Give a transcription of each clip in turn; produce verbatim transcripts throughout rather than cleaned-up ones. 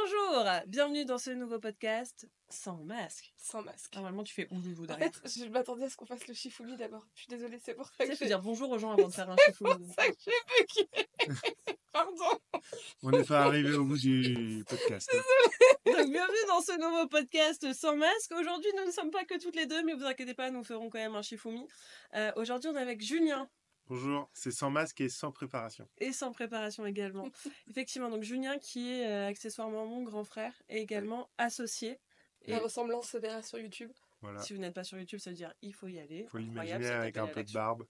Bonjour, bienvenue dans ce nouveau podcast sans masque. Sans masque. Normalement, tu fais ouloulou En derrière. fait, je m'attendais à ce qu'on fasse le Shifumi d'abord. Je suis désolée, c'est pour ça Tu que sais, faut j'ai... dire bonjour aux gens avant de faire un C'est pour chiffon. ça que j'ai bugué. Pardon. On n'est pas arrivé au bout du podcast. hein. Donc, bienvenue dans ce nouveau podcast sans masque. Aujourd'hui, nous ne sommes pas que toutes les deux, mais vous inquiétez pas, nous ferons quand même un Shifumi. Euh, Aujourd'hui, on est avec Julien. Bonjour, c'est sans masque et sans préparation. Et sans préparation également. Effectivement, donc Julien qui est euh, accessoirement mon grand frère et également associé. Et La ressemblance se verra sur YouTube. Voilà. si vous n'êtes pas sur YouTube, ça veut dire il faut y aller. Il faut Incroyable, l'imaginer ça avec t'appelle un à peu de l'action. barbe.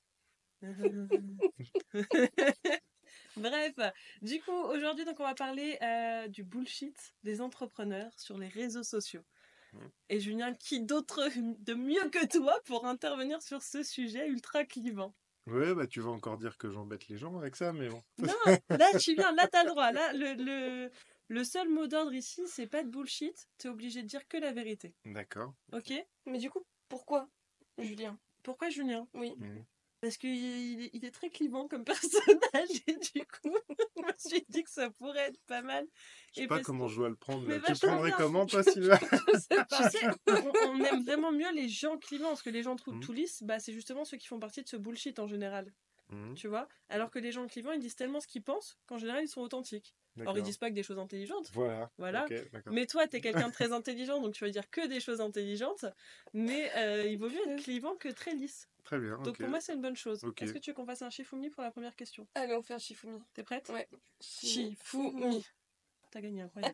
Bref, du coup, aujourd'hui, donc, on va parler euh, du bullshit des entrepreneurs sur les réseaux sociaux. Mmh. Et Julien, qui d'autre de mieux que toi pour intervenir sur ce sujet ultra clivant? Ouais, bah tu vas encore dire que j'embête les gens avec ça, mais bon. Non, là, tu viens, là, t'as le droit. Là, le, le, le seul mot d'ordre ici, c'est pas de bullshit. T'es obligé de dire que la vérité. D'accord. Ok? Mais du coup, pourquoi, Julien? Pourquoi Julien? Oui. Mmh. Parce qu'il est, il est très clivant comme personnage et du coup, je me suis dit que ça pourrait être pas mal. Je sais Et pas parce comment que- je dois le prendre. Mais Là. Tu le vachement prendrais bien. comment, toi, Sylvain? Je sais pas. Tu sais, on, on aime vraiment mieux les gens clivants, parce que les gens tout, Mhm. tout lisses, bah, c'est justement ceux qui font partie de ce bullshit en général, Mmh. tu vois. Alors que les gens clivants, ils disent tellement ce qu'ils pensent qu'en général, ils sont authentiques. Or, ils D'accord. disent pas que des choses intelligentes. Voilà. Voilà. Ok, d'accord. Mais toi, t'es quelqu'un de très intelligent, donc tu vas dire que des choses intelligentes. Mais euh, il vaut mieux être clivant que très lisse. Très bien. Donc ok. pour moi, c'est une bonne chose. Ok. Est-ce que tu veux qu'on fasse un Shifumi pour la première question? Allez, on fait un Shifumi. T'es prête? Ouais. Shifumi. T'as gagné, incroyable.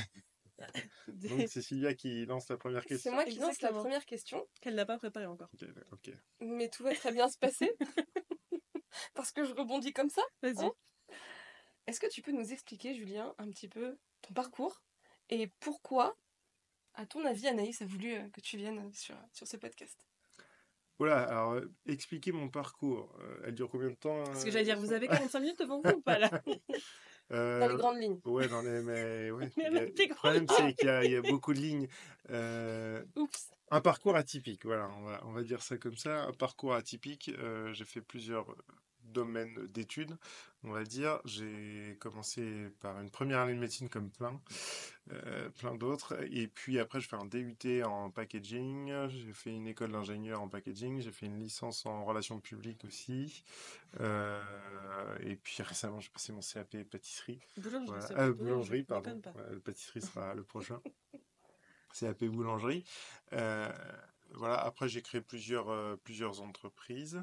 Donc c'est Sylvia qui lance la première C'est question. moi qui lance la Exactement. première question, Qu'elle n'a pas préparé encore. Ok, ok. mais tout va très bien se passer. Parce que je rebondis comme ça. Vas-y. Hein Est-ce que tu peux nous expliquer, Julien, un petit peu ton parcours et pourquoi, à ton avis, Anaïs a voulu euh, que tu viennes sur, sur ce podcast? Voilà, alors euh, expliquer mon parcours. Euh, elle dure combien de temps Parce que euh, j'allais dire, vous sans- avez quarante-cinq minutes devant vous ou pas là? Euh, Dans les grandes lignes. Ouais, dans les. Mais ouais. Mais il y a- avec des Le problème, grandes c'est qu'il y a, il y a beaucoup de lignes. Euh, Oups. Un parcours atypique, voilà, on va, on va dire ça comme ça. Un parcours atypique. euh, j'ai fait plusieurs euh, domaines d'études, on va dire. J'ai commencé par une première année de médecine comme plein, euh, plein d'autres. Et puis après, je fais un D U T en packaging. J'ai fait une école d'ingénieur en packaging. J'ai fait une licence en relations publiques aussi. Euh, et puis récemment, j'ai passé mon C A P pâtisserie. Boulangerie, Voilà. s'il te Euh, plaît, boulangerie, déconne pardon. pas. Ouais, pâtisserie sera le prochain. C A P boulangerie. Euh, voilà. Après, j'ai créé plusieurs, euh, plusieurs entreprises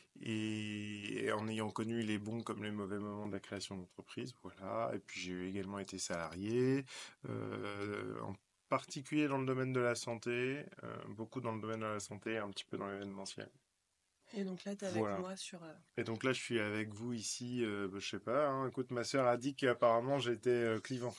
et, et en ayant connu les bons comme les mauvais moments de la création d'entreprise. Voilà. Et puis, j'ai également été salarié, euh, en particulier dans le domaine de la santé, euh, beaucoup dans le domaine de la santé et un petit peu dans l'événementiel. Et donc là, t'es avec Voilà. moi sur... euh, Et donc là, je suis avec vous ici, euh, bah, je sais pas, hein, écoute, ma sœur a dit qu'apparemment j'étais euh, clivant.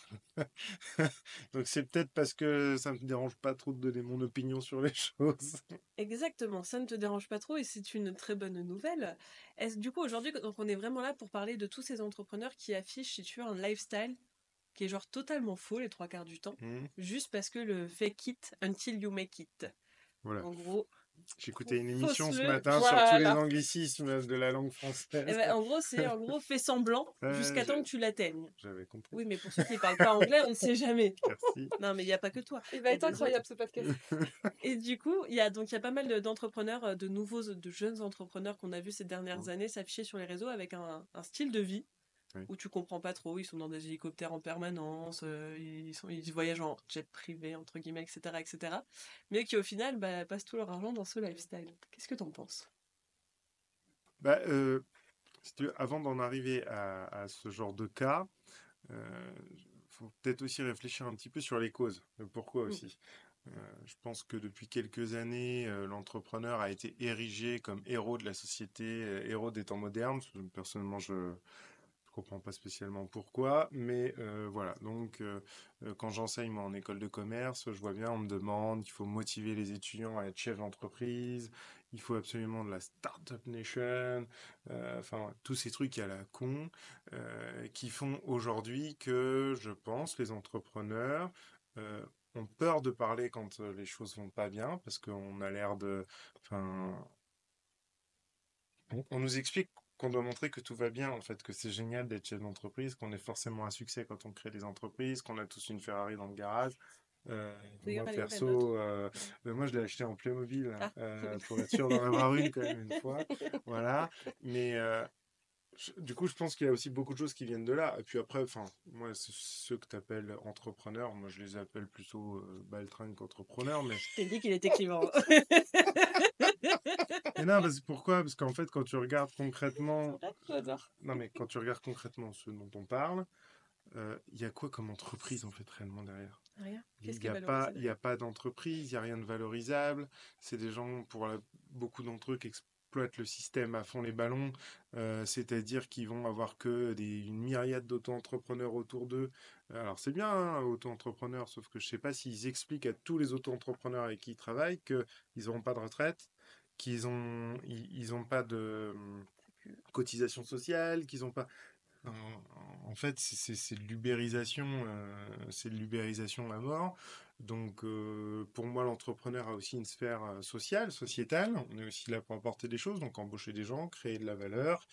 Donc c'est peut-être parce que ça me dérange pas trop de donner mon opinion sur les choses. Exactement, ça ne te dérange pas trop et c'est une très bonne nouvelle. Est-ce, du coup, aujourd'hui, donc on est vraiment là pour parler de tous ces entrepreneurs qui affichent, si tu veux, un lifestyle qui est genre totalement faux les trois quarts du temps, Hmm, juste parce que le fake it until you make it. Voilà. En gros, J'écoutais une émission ce fausse-le. matin sur tous les Voilà. anglicismes de la langue française. Eh ben, en gros, c'est en gros fais semblant Ouais, jusqu'à temps j'ai- que tu l'atteignes. J'avais compris. Oui, mais pour ceux qui ne parlent pas anglais, on ne sait jamais. Merci. Non, mais il n'y a pas que toi. Il va Il y a être des incroyable ce podcast. Et du coup, il y a donc il y a pas mal de- d'entrepreneurs, euh, de nouveaux, de jeunes entrepreneurs qu'on a vus ces dernières Mhm. années s'afficher sur les réseaux avec un, un style de vie Oui. où tu comprends pas trop. Ils sont dans des hélicoptères en permanence, euh, ils sont, ils voyagent en jet privé entre guillemets, et cetera, et cetera. Mais qui au final bah, passent tout leur argent dans ce lifestyle. Qu'est-ce que t'en penses? Bah, euh, si tu veux, avant d'en arriver à, à ce genre de cas, euh, faut peut-être aussi réfléchir un petit peu sur les causes, le pourquoi Mm. aussi. Euh, je pense que depuis quelques années, euh, l'entrepreneur a été érigé comme héros de la société, euh, héros des temps modernes. Personnellement, je ne comprends pas spécialement pourquoi, mais euh, voilà. Donc, euh, euh, quand j'enseigne moi en école de commerce, je vois bien, on me demande, il faut motiver les étudiants à être chef d'entreprise, il faut absolument de la Startup Nation, euh, enfin, tous ces trucs à la con, euh, qui font aujourd'hui que, je pense, les entrepreneurs euh, ont peur de parler quand euh, les choses vont pas bien, parce qu'on a l'air de... Enfin, on, on nous explique qu'on doit montrer que tout va bien, en fait, que c'est génial d'être chef d'entreprise, qu'on est forcément un succès quand on crée des entreprises, qu'on a tous une Ferrari dans le garage. Euh, D'ailleurs, moi, elle est où la nôtre? perso, euh, euh, moi, je l'ai acheté en Playmobil Ah, euh, pour être sûr d'en avoir une quand même une fois. Voilà. Mais euh, je- du coup, je pense qu'il y a aussi beaucoup de choses qui viennent de là. Et puis après, enfin, moi, c'est ceux que tu appelles entrepreneurs, moi, je les appelle plutôt euh, baltringues qu'entrepreneurs. Mais, je t'ai dit qu'il était clivant. mais non, parce, pourquoi? Parce qu'en fait, quand tu regardes concrètement, J'adore. non, mais quand tu regardes concrètement ce dont on parle, euh, il y a quoi comme entreprise, en fait, réellement derrière? Rien. Il Qu'est-ce qui n'y est a pas, valorisé il y a d'ailleurs? pas d'entreprise, il n'y a rien de valorisable. C'est des gens, pour la- beaucoup d'entre eux, qui exploitent le système à fond les ballons. Euh, c'est-à-dire qu'ils vont avoir que des, une myriade d'auto-entrepreneurs autour d'eux. Alors c'est bien, hein, auto-entrepreneurs, sauf que je sais pas s'ils expliquent à tous les auto-entrepreneurs avec qui ils travaillent qu'ils n'auront pas de retraite, qu'ils ont, ils, ils ont pas de hum, cotisation sociale, qu'ils ont pas. En, en fait, c'est c'est- c'est de l'ubérisation, euh, c'est de l'ubérisation à mort. Donc, euh, pour moi, l'entrepreneur a aussi une sphère euh, sociale, sociétale. On est aussi là pour apporter des choses, donc embaucher des gens, créer de la valeur,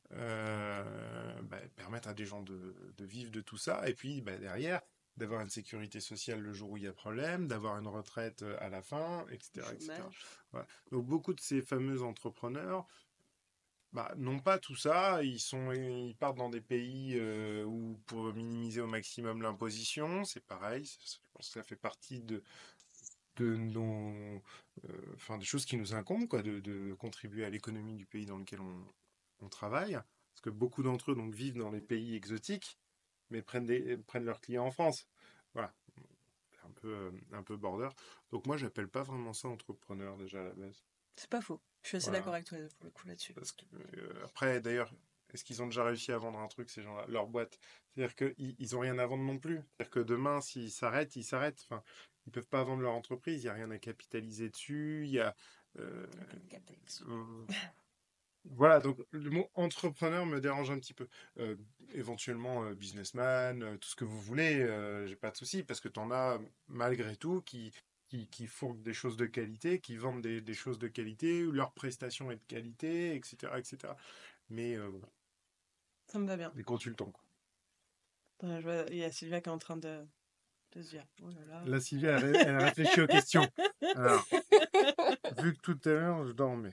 euh, bah, permettre à des gens de, de vivre de tout ça. Et puis, bah, derrière, d'avoir une sécurité sociale le jour où il y a problème, d'avoir une retraite euh, à la fin, Le et cetera, et cetera. chômage. Voilà. Donc, beaucoup de ces fameux entrepreneurs bah, non pas tout ça, ils sont, ils partent dans des pays euh, où pour minimiser au maximum l'imposition, c'est pareil, ça- ça- je pense que ça fait partie de, de nos, euh, enfin, des choses qui nous incombent, quoi, de, de contribuer à l'économie du pays dans lequel on, on travaille, parce que beaucoup d'entre eux donc vivent dans les pays exotiques, mais prennent des, prennent leurs clients en France. Voilà, c'est un peu, euh, un peu border. Donc moi, j'appelle pas vraiment ça entrepreneur déjà à la base. C'est pas faux. Je suis assez Voilà. d'accord avec toi pour le coup là-dessus. Parce que, euh, après, d'ailleurs, est-ce qu'ils ont déjà réussi à vendre un truc, ces gens-là, leur boîte? C'est-à-dire qu'ils ils ont rien à vendre non plus. C'est-à-dire que demain, s'ils s'arrêtent, ils s'arrêtent. Enfin, ils peuvent pas vendre leur entreprise, il n'y a rien à capitaliser dessus. Il y a. euh, Aucune capex. euh, voilà, donc le mot entrepreneur me dérange un petit peu. Euh, éventuellement, euh, businessman, euh, tout ce que vous voulez, euh, j'ai pas de souci, parce que tu en as malgré tout qui, qui, qui fournent des choses de qualité, qui vendent des, des choses de qualité, où leur prestation est de qualité, et cetera, et cetera. Mais euh, voilà, Ça me va bien. des consultants, quoi. Attends, je vois, il y a Sylvia qui est en train de, de se dire, oh là là. Là, Sylvia, elle, elle réfléchit aux questions. Alors, vu que tout à l'heure, je dormais.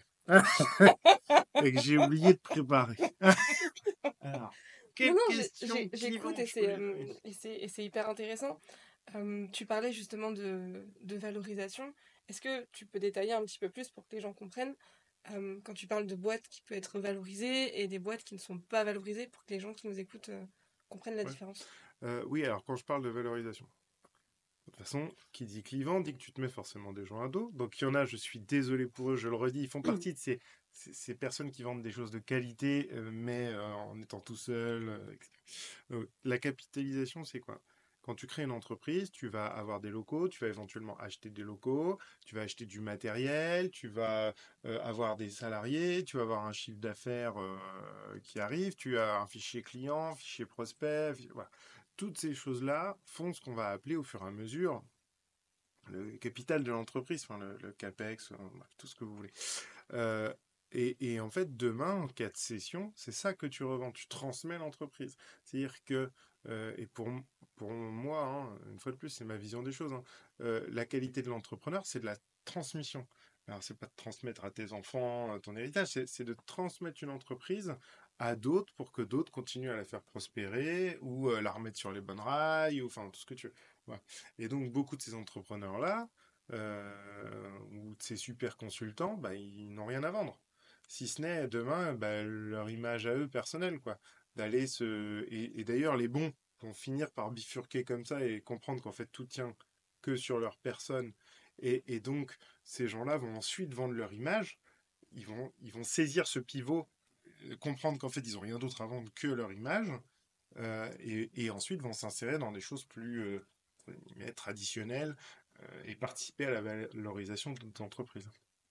Et que j'ai oublié de préparer. Alors, Non, quelle non, j'ai- question j'ai- j'écoute et clivante je peux c'est lui euh, donner? et c'est et c'est hyper intéressant. Euh, tu parlais justement de, de valorisation. Est-ce que tu peux détailler un petit peu plus pour que les gens comprennent euh, quand tu parles de boîtes qui peuvent être valorisées et des boîtes qui ne sont pas valorisées pour que les gens qui nous écoutent euh, comprennent la Ouais. différence? Euh, oui, alors quand je parle de valorisation, de toute façon, qui dit clivant dit que tu te mets forcément des gens à dos. Donc il y en a, je suis désolé pour eux, je le redis, ils font partie de ces, ces, ces personnes qui vendent des choses de qualité, euh, mais euh, en étant tout seul. euh, et cetera. Euh, la capitalisation, c'est quoi? Quand tu crées une entreprise, tu vas avoir des locaux, tu vas éventuellement acheter des locaux, tu vas acheter du matériel, tu vas euh, avoir des salariés, tu vas avoir un chiffre d'affaires euh, qui arrive, tu as un fichier client, fichier prospect, fi- voilà. Toutes ces choses-là font ce qu'on va appeler au fur et à mesure le capital de l'entreprise, enfin le, le capex, euh, bref, tout ce que vous voulez. Euh, et, et en fait, demain, en cas de cession, c'est ça que tu revends, tu transmets l'entreprise. C'est-à-dire que, euh, et pour, m- pour moi, hein, une fois de plus, c'est ma vision des choses, hein, euh, la qualité de l'entrepreneur, c'est de la transmission. Alors, c'est pas de transmettre à tes enfants euh, ton héritage, c'est c'est de transmettre une entreprise à d'autres pour que d'autres continuent à la faire prospérer ou euh, la remettre sur les bonnes rails, ou enfin tout ce que tu veux. Voilà. Et donc, beaucoup de ces entrepreneurs-là, euh, ou de ces super consultants, bah, ils n'ont rien à vendre. Si ce n'est demain, bah, leur image à eux personnelle, quoi. D'aller se. Et, et d'ailleurs, les bons vont finir par bifurquer comme ça et comprendre qu'en fait tout tient que sur leur personne. Et, et donc, ces gens-là vont ensuite vendre leur image. Ils vont, ils vont saisir ce pivot, euh, comprendre qu'en fait, ils n'ont rien d'autre à vendre que leur image. euh, et, et ensuite vont s'insérer dans des choses plus euh, entre guillemets, traditionnelles euh, et participer à la valorisation de notre entreprise.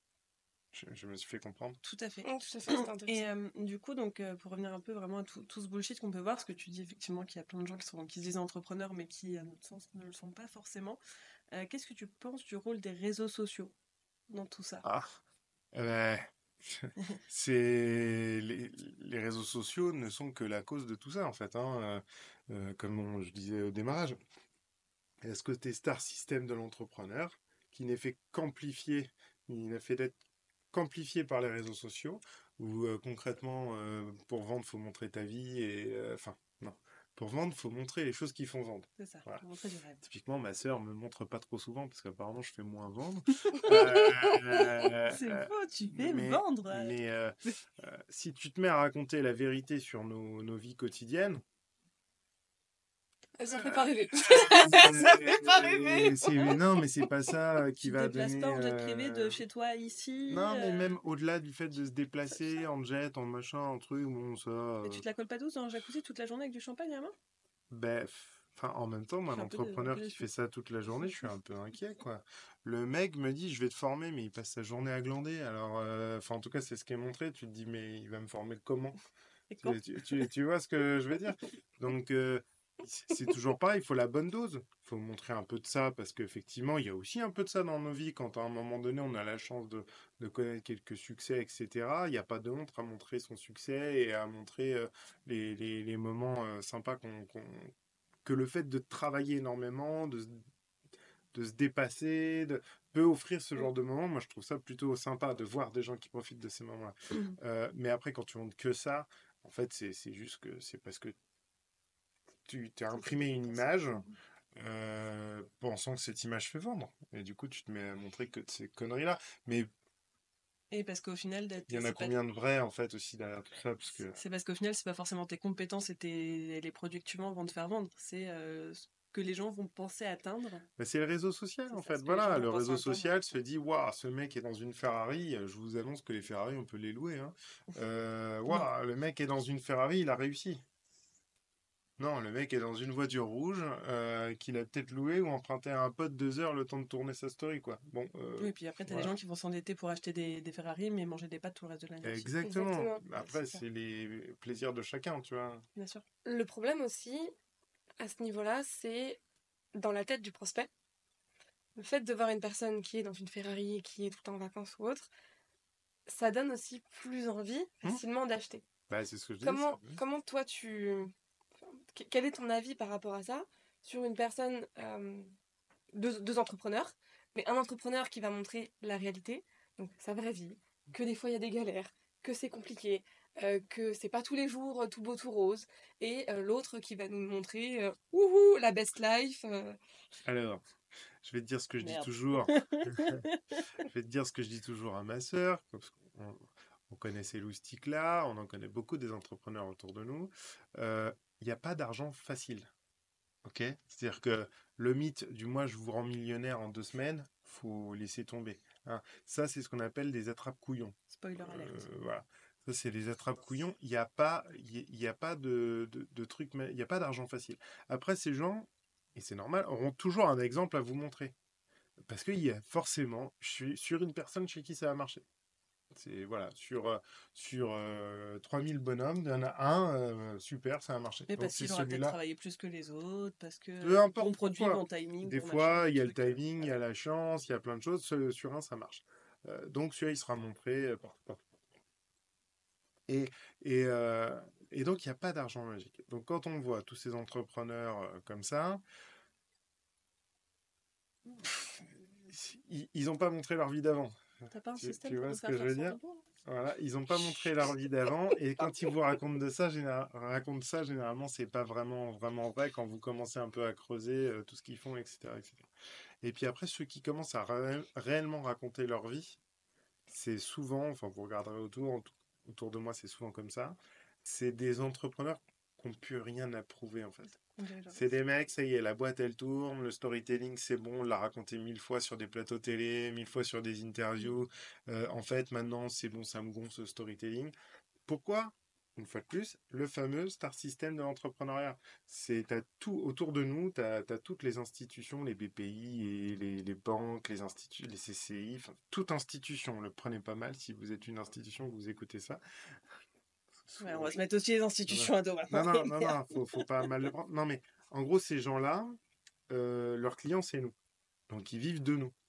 Je, je me suis fait comprendre. Tout à fait. Mm, tout à fait, c'est intéressant. Et euh, du coup, donc, euh, pour revenir un peu vraiment à tout, tout ce bullshit qu'on peut voir, parce que tu dis effectivement qu'il y a plein de gens qui, sont, qui se disent entrepreneurs, mais qui, à notre sens, ne le sont pas forcément. Euh, qu'est-ce que tu penses du rôle des réseaux sociaux dans tout ça? Ah, eh ben, c'est les, les réseaux sociaux ne sont que la cause de tout ça en fait, hein. Euh, euh, comme on- je disais au démarrage. Est-ce que tes star system de l'entrepreneur, qui n'est fait qu'amplifier, il n'a fait d'être qu'amplifié par les réseaux sociaux, où euh, concrètement, euh, pour vendre, faut montrer ta vie et euh, enfin non, pour vendre, faut montrer les choses qui font vendre. C'est ça, Voilà. pour montrer du rêve. Typiquement, ma sœur me montre pas trop souvent parce qu'apparemment je fais moins vendre. Euh, C'est euh, faux, tu fais mais vendre. mais euh, euh, si tu te mets à raconter la vérité sur nos, nos vies quotidiennes, Ça fait pas rêver. euh, Ça fait pas rêver. c'est- non, mais c'est pas ça qui Tu te va déplaces donner. pas en jet privé de euh, chez toi ici. Non, mais euh, même au-delà du fait de se c'est déplacer ça. en jet, en machin, en truc, bon, ça. Mais tu euh, te la colles pas douce dans un jacuzzi toute la journée avec du champagne à la main? ben, f- enfin, en même temps, Je moi, suis un peu, dé- un l'entrepreneur peu qui fait déçue. ça toute la journée, je suis un peu inquiet, quoi. Le mec me dit, je vais te former, mais il passe sa journée à glander. Alors, euh, enfin, en tout cas, c'est ce qui est montré. Tu te dis, mais il va me former comment? Et quand? Tu, tu- tu- tu vois ce que je veux dire? Donc, euh, c'est c'est toujours pareil, il faut la bonne dose. Il faut montrer un peu de ça, parce qu'effectivement, il y a aussi un peu de ça dans nos vies. Quand à un moment donné, on a la chance de, de connaître quelques succès, et cetera, il n'y a pas de honte à montrer son succès et à montrer euh, les, les- les moments euh, sympas qu'on, qu'on- que le fait de travailler énormément, de, se- de se dépasser, de, peut offrir ce Mm. genre de moments. Moi, je trouve ça plutôt sympa de voir des gens qui profitent de ces moments-là. Euh, mais après, quand tu montres que ça, en fait, c'est c'est juste que c'est parce que tu t'es C'est imprimé une c'est ça. image euh, pensant que cette image fait vendre. Et du coup, tu te mets à montrer que de ces conneries-là. Mais Et parce qu'au final, d'être- il y en a c'est pas combien de vrais, en fait, aussi derrière tout ça? Parce que c'est parce qu'au final, c'est pas forcément tes compétences et tes- les produits que tu vends vont te faire vendre. C'est euh, ce que les gens vont penser atteindre. bah, c'est le réseau social, C'est en ça, fait. ce que les gens Voilà, vont le penser réseau entendre. social se dit, waouh, ce mec est dans une Ferrari. Je vous annonce que les Ferrari, on peut les louer, hein. Euh, Non. waouh, le mec est dans une Ferrari, il a réussi. Non, le mec est dans une voiture rouge euh, qu'il a peut-être louée ou emprunté à un pote deux heures le temps de tourner sa story, quoi. Bon, euh, Oui, et puis après, t'as des voilà. gens qui vont s'endetter pour acheter des, des Ferrari, mais manger des pâtes tout le reste de l'année aussi. Exactement. Exactement. Ouais, Après, c'est ça. c'est les plaisirs de chacun, tu vois. Bien sûr. Le problème aussi, à ce niveau-là, c'est dans la tête du prospect. Le fait de voir une personne qui est dans une Ferrari, qui est tout le temps en vacances ou autre, ça donne aussi plus envie Hmm. facilement d'acheter. Bah, c'est ce que je dis. Comment, c'est- comment toi tu... que- Quel est ton avis par rapport à ça sur une personne, euh, deux, deux entrepreneurs, mais un entrepreneur qui va montrer la réalité, donc sa vraie vie, que des fois il y a des galères, que c'est compliqué, euh, que c'est pas tous les jours euh, tout beau tout rose, et euh, l'autre qui va nous montrer euh, ouhou, la best life. euh. Alors, je vais te dire ce que je dis Merde. toujours. Je vais te dire ce que je dis toujours à ma sœur. Parce qu'on on connaît ces loustiques-là, on en connaît beaucoup des entrepreneurs autour de nous. Euh, Il n'y a pas d'argent facile. Ok? C'est-à-dire que le mythe du moi je vous rends millionnaire en deux semaines, faut laisser tomber, hein. Ça, c'est ce qu'on appelle des attrape-couillons. Spoiler Euh, alert. voilà. Ça, c'est des attrape-couillons. Il n'y a pas, il y a pas de, de, de truc, mais il n'y a pas d'argent facile. Après, ces gens, et c'est normal, auront toujours un exemple à vous montrer. Parce qu'il y a forcément, je suis sur une personne chez qui ça va marcher. C'est voilà, sur, euh, sur euh, trois mille bonhommes, il y en a un, euh, super, ça a marché. Mais Donc parce c'est qu'il aura peut-être celui-là. travaillé plus que les autres, parce que Peu euh, importe bon produit, pourquoi. bon timing, Des bon machin, fois, bon il y a le truc. euh, timing, il y a la chance, il y a plein de choses. Ce- Sur un, ça marche. Euh, donc celui-là, il sera montré euh, partout, partout. Et, et, euh, et donc, il n'y a pas d'argent magique. Donc, quand on voit tous ces entrepreneurs euh, comme ça, ils n'ont pas montré leur vie d'avant. T'as pas un Tu, système tu pour vois nous ce faire que je faire veux ça dire? tantôt, là? Voilà, ils n'ont pas montré leur vie d'avant. Et quand ils vous racontent de ça, général- racontent ça, généralement, c'est pas vraiment, vraiment vrai quand vous commencez un peu à creuser euh, tout ce qu'ils font, et cetera, et cetera. Et puis après, ceux qui commencent à ré- réellement raconter leur vie, c'est souvent, enfin vous regarderez autour, en tout- autour de moi c'est souvent comme ça, c'est des entrepreneurs qui n'ont plus rien à prouver en fait. On dirait genre- C'est des mecs, ça y est, la boîte elle tourne, le storytelling c'est bon, on l'a raconté mille fois sur des plateaux télé, mille fois sur des interviews. Euh, en fait maintenant c'est bon, ça me gonfle ce storytelling. Pourquoi? Une fois de plus, le fameux star system de l'entrepreneuriat. C'est t'as tout autour de nous, tu as toutes les institutions, les B P I et les, les banques, les instituts, les C C I, enfin, toute institution. Le prenez pas mal si vous êtes une institution, que vous écoutez ça. Ouais, on va se mettre aussi les institutions à dos Non, maintenant. non, non, non, faut, faut pas mal le prendre. Non, mais en gros, ces gens-là, euh, leurs clients, c'est nous. Donc, ils vivent de nous.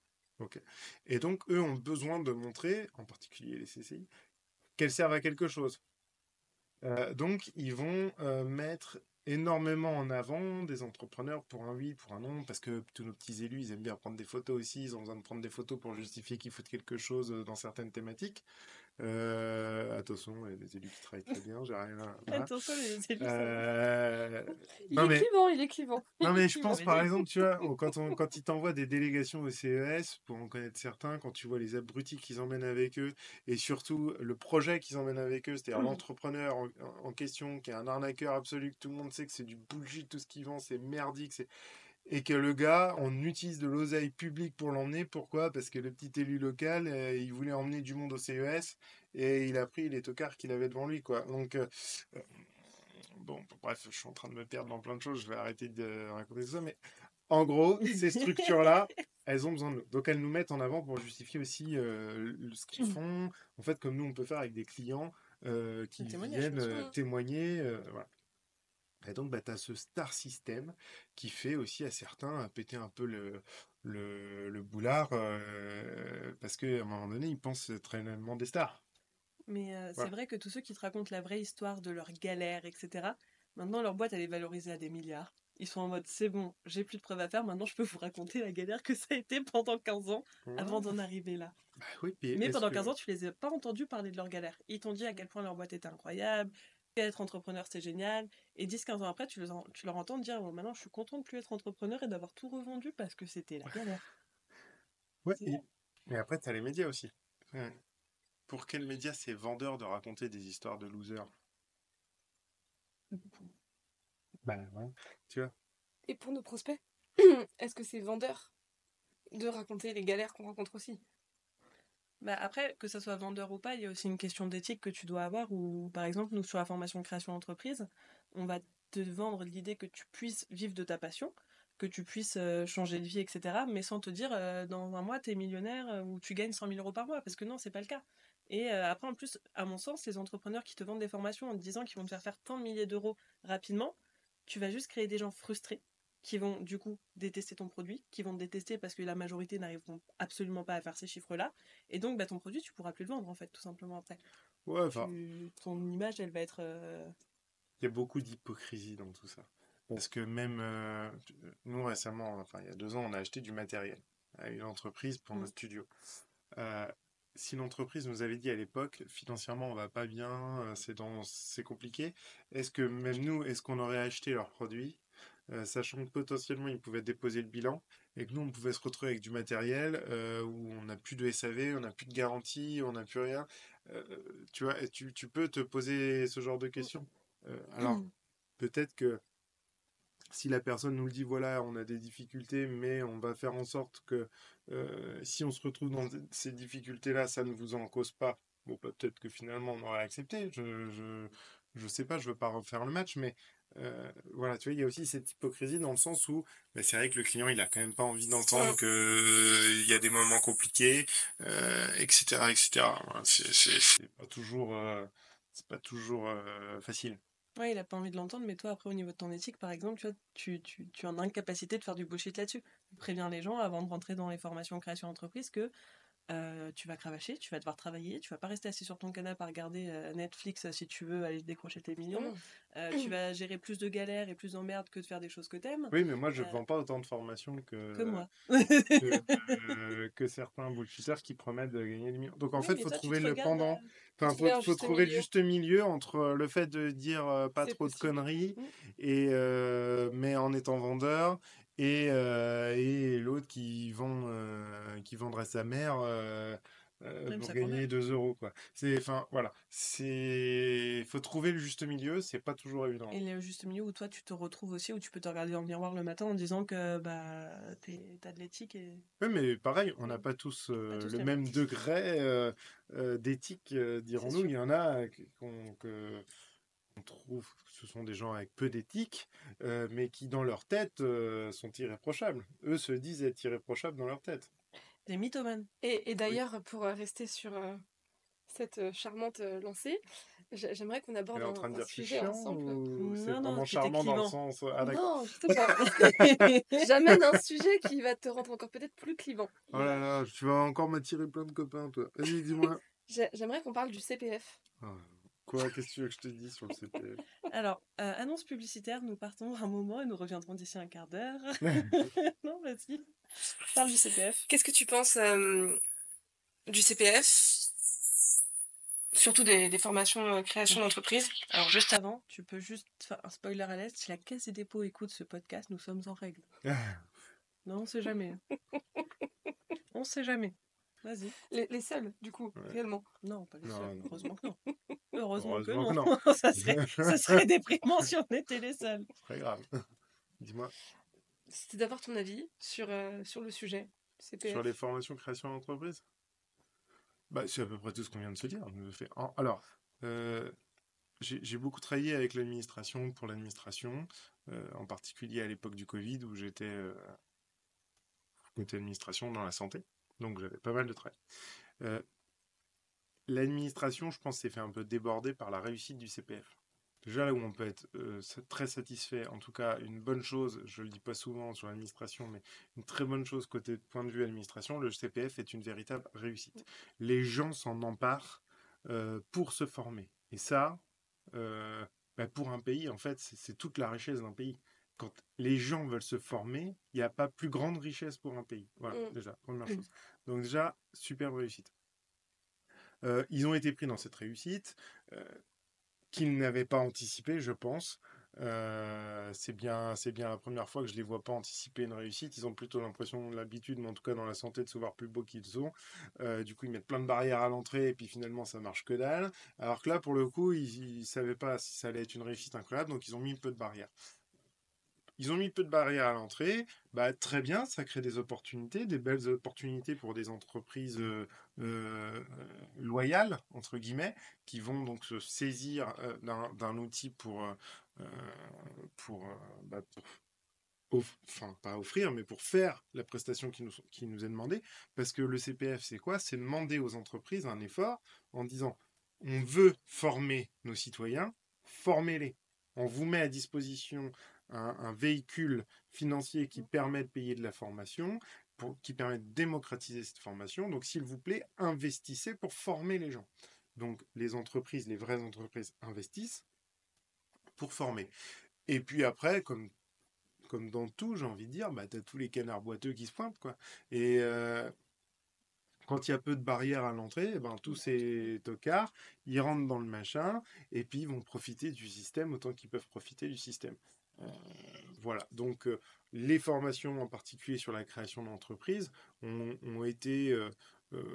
Ok. Et donc, eux ont besoin de montrer, en particulier les C C I, qu'elles servent à quelque chose. Euh, donc, ils vont euh, mettre énormément en avant des entrepreneurs pour un oui, pour un non, parce que tous nos petits élus, ils aiment bien prendre des photos aussi, ils ont besoin de prendre des photos pour justifier qu'ils foutent quelque chose euh, dans certaines thématiques. Euh, attention, il y a des élus qui travaillent très bien, j'ai rien à... Voilà. Attention, les élus, ça va. Euh, Il Non est mais clivant, il est clivant. non, Il est mais je clivant. pense, par exemple, tu vois, au- quand, on, quand ils t'envoient des délégations au C E S, pour en connaître certains, quand tu vois les abrutis qu'ils emmènent avec eux, et surtout le projet qu'ils emmènent avec eux, c'est-à-dire l'entrepreneur en, en question, qui est un arnaqueur absolu, que tout le monde sait que c'est du bullshit, tout ce qu'il vend, c'est merdique, c'est... et que le gars, on utilise de l'oseille publique pour l'emmener. Pourquoi? Parce que le petit élu local, euh, il voulait emmener du monde au C E S, et il a pris les tocards qu'il avait devant lui, quoi. Donc... euh, Bon, bref, je suis en train de me perdre dans plein de choses, je vais arrêter de raconter ça, mais en gros, ces structures-là, elles ont besoin de nous. Donc elles nous mettent en avant pour justifier aussi euh, le- ce qu'ils font, en fait, comme nous on peut faire avec des clients euh, qui Un témoignage, viennent bien sûr. euh, témoigner. Euh, voilà. Et donc, bah, tu as ce star system qui fait aussi à certains euh, péter un peu le, le, le boulard, euh, parce qu'à un moment donné, ils pensent être réellement des stars. Mais euh, c'est Voilà. vrai que tous ceux qui te racontent la vraie histoire de leurs galères, et cetera, maintenant leur boîte elle est valorisée à des milliards. Ils sont en mode c'est bon, j'ai plus de preuves à faire, maintenant je peux vous raconter la galère que ça a été pendant quinze ans avant Ouais. d'en arriver là. Bah oui, puis Mais est-ce pendant quinze que... ans, tu les as pas entendus parler de leurs galères. Ils t'ont dit à quel point leur boîte était incroyable, qu'être entrepreneur c'est génial, et dix quinze ans après, tu, les en- tu leur entends dire bon, maintenant je suis content de plus être entrepreneur et d'avoir tout revendu parce que c'était la galère. Ouais, C'est- et, et après, tu as les médias aussi. Ouais. Pour quel média c'est vendeur de raconter des histoires de losers? Bah ouais. Tu vois? Et pour nos prospects, est-ce que c'est vendeur de raconter les galères qu'on rencontre aussi? Bah après, que ça soit vendeur ou pas, il y a aussi une question d'éthique que tu dois avoir où, par exemple, nous, sur la formation création d'entreprise, on va te vendre l'idée que tu puisses vivre de ta passion, que tu puisses euh, changer de vie, et cetera, mais sans te dire, euh, dans un mois, t'es millionnaire euh, ou tu gagnes cent mille euros par mois, parce que non, c'est pas le cas. Et euh, après, en plus, à mon sens, les entrepreneurs qui te vendent des formations en te disant qu'ils vont te faire faire tant de milliers d'euros rapidement, tu vas juste créer des gens frustrés qui vont du coup détester ton produit, qui vont te détester parce que la majorité n'arriveront absolument pas à faire ces chiffres-là, et donc, bah, ton produit, tu pourras plus le vendre, en fait, tout simplement après. Ouais, enfin, Tu... Ton image, elle va être... euh, il y a beaucoup d'hypocrisie dans tout ça. Parce que même euh, tu- nous récemment, enfin il y a deux ans, on a acheté du matériel à une entreprise pour mm. notre studio. Euh, Si l'entreprise nous avait dit à l'époque, financièrement on va pas bien, euh, c'est dans, c'est compliqué, est-ce que même nous, est-ce qu'on aurait acheté leurs produits, euh, sachant que potentiellement ils pouvaient déposer le bilan et que nous on pouvait se retrouver avec du matériel euh, où on n'a plus de S A V, on n'a plus de garantie, on n'a plus rien. Euh, tu vois, et tu, tu peux te poser ce genre de questions. Euh, alors peut-être que si la personne nous le dit, voilà, on a des difficultés, mais on va faire en sorte que euh, si on se retrouve dans ces difficultés-là, ça ne vous en cause pas. Bon, bah, peut-être que finalement on aurait accepté. Je, je, je sais pas, je veux pas refaire le match, mais euh, voilà, tu vois, il y a aussi cette hypocrisie dans le sens où bah, c'est vrai que le client, il a quand même pas envie d'entendre que euh, il y a des moments compliqués, euh, et cetera, et cetera. Voilà, c'est c'est- c'est pas toujours, euh, c'est pas toujours euh, facile. Ouais, il a pas envie de l'entendre, mais toi, après, au niveau de ton éthique, par exemple, tu vois, tu, tu, tu es en incapacité de faire du bullshit là-dessus. Tu préviens les gens, avant de rentrer dans les formations création d'entreprise, que euh, tu vas cravacher, tu vas devoir travailler, tu vas pas rester assis sur ton canapé à regarder euh, Netflix euh, si tu veux aller décrocher tes Ah millions. non. Euh, tu vas gérer plus de galères et plus d'emmerdes que de faire des choses que t'aimes. Oui, mais moi, je Euh, vends pas autant de formations que que, moi. que, euh, que certains bullshitters qui promettent de gagner des millions. Donc, en Oui, fait, mais faut toi, tu trouver te le regardes. pendant. euh, Faut Enfin, trouver faut, un faut juste trouver le milieu. juste milieu entre euh, le fait de dire euh, pas C'est trop de possible. conneries, mm. et, euh, mais en étant vendeur, et, euh, et l'autre qui vend, euh, qui vendrait sa mère euh, euh, Même pour sa grand-mère. gagner deux euros, quoi. C'est, enfin, voilà. C'est, faut trouver le juste milieu, c'est pas toujours évident. Et le juste milieu où toi tu te retrouves aussi, où tu peux te regarder dans le miroir le matin en disant que bah t'es- t'as de l'éthique et Oui, mais pareil, on n'a et pas tous pas euh, tous le les mêmes. même degré euh, euh, d'éthique, euh, C'est dirons-nous. sûr. Il y en a euh, qu'on que- qu'on trouve que ce sont des gens avec peu d'éthique, euh, mais qui, dans leur tête, euh, sont irréprochables. Eux se disent être irréprochables dans leur tête. Des mythomanes. Et, et Oui. d'ailleurs, pour euh, rester sur euh, cette euh, charmante euh, lancée, J'ai- J'aimerais qu'on Elle aborde est en un, train de un dire que je suis sujet chiant ensemble. ou c'est Non, non, vraiment qui était charmant dans le clivant. sens... Ah d'accord. Non, justement. J'amène un sujet qui va te rendre encore peut-être plus clivant. Oh là là, tu vas encore m'attirer plein de copains, toi. Vas-y, dis-moi. J'ai- J'aimerais qu'on parle du C P F. Ah, quoi, qu'est-ce que tu veux que je te dise sur le C P F? Alors, euh, annonce publicitaire, nous partons un moment et nous reviendrons d'ici un quart d'heure. Non, vas-y. Parle du C P F. Qu'est-ce que tu penses euh, du C P F? Surtout des, des formations euh, création d'entreprise. Alors, juste avant, tu peux juste faire un spoiler alert. Si la Caisse des dépôts écoute ce podcast, nous sommes en règle. Non, on sait jamais. On sait jamais. Vas-y. Les, les seuls, du coup, Ouais. réellement. Non, pas les Non, seuls. non. Heureusement que non. Heureusement, Heureusement que que non. non. ça, serait, ça serait déprimant si on était les seuls. C'est très grave. Dis-moi. C'était d'avoir ton avis sur, euh, sur le sujet. C P F. Sur les formations création d'entreprise? Bah, c'est à peu près tout ce qu'on vient de se dire. On fait... en- Alors, euh, j'ai j'ai beaucoup travaillé avec l'administration, pour l'administration, euh, en particulier à l'époque du Covid, où j'étais euh, côté administration dans la santé. Donc, j'avais pas mal de travail. Euh, L'administration, je pense, s'est fait un peu déborder par la réussite du C P F. Déjà, là où on peut être euh, très satisfait, en tout cas, une bonne chose, je le dis pas souvent sur l'administration, mais une très bonne chose côté point de vue administration, le C P F est une véritable réussite. Les gens s'en emparent euh, pour se former. Et ça, euh, bah, pour un pays, en fait, c'est c'est toute la richesse d'un pays. Quand les gens veulent se former, il n'y a pas plus grande richesse pour un pays. Voilà, Mm. déjà, première chose. Donc déjà, superbe réussite. Euh, ils ont été pris dans cette réussite. Euh, qu'ils n'avaient pas anticipé, je pense. Euh, c'est bien, c'est bien la première fois que je les vois pas anticiper une réussite. Ils ont plutôt l'impression, l'habitude, mais en tout cas dans la santé, de se voir plus beaux qu'ils sont. Euh, du coup, ils mettent plein de barrières à l'entrée et puis finalement, ça marche que dalle. Alors que là, pour le coup, ils, ils savaient pas si ça allait être une réussite incroyable, donc ils ont mis peu de barrières. Ils ont mis peu de barrières à l'entrée, bah, très bien, ça crée des opportunités, des belles opportunités pour des entreprises euh, euh, loyales, entre guillemets, qui vont donc se saisir euh, d'un, d'un outil pour, euh, euh, pour, euh, bah, pour off- enfin, pas offrir, mais pour faire la prestation qui nous, qui nous est demandée. Parce que le C P F, c'est quoi? C'est demander aux entreprises un effort en disant, on veut former nos citoyens, formez-les. On vous met à disposition un, un véhicule financier qui permet de payer de la formation, pour, qui permet de démocratiser cette formation. Donc, s'il vous plaît, investissez pour former les gens. Donc, les entreprises, les vraies entreprises investissent pour former. Et puis après, comme comme dans tout, j'ai envie de dire, bah, tu as tous les canards boiteux qui se pointent, quoi. Et euh, quand il y a peu de barrières à l'entrée, eh ben, tous ces tocards, ils rentrent dans le machin, et puis ils vont profiter du système autant qu'ils peuvent profiter du système. Euh, voilà, donc euh, les formations en particulier sur la création d'entreprises ont, ont été euh, euh,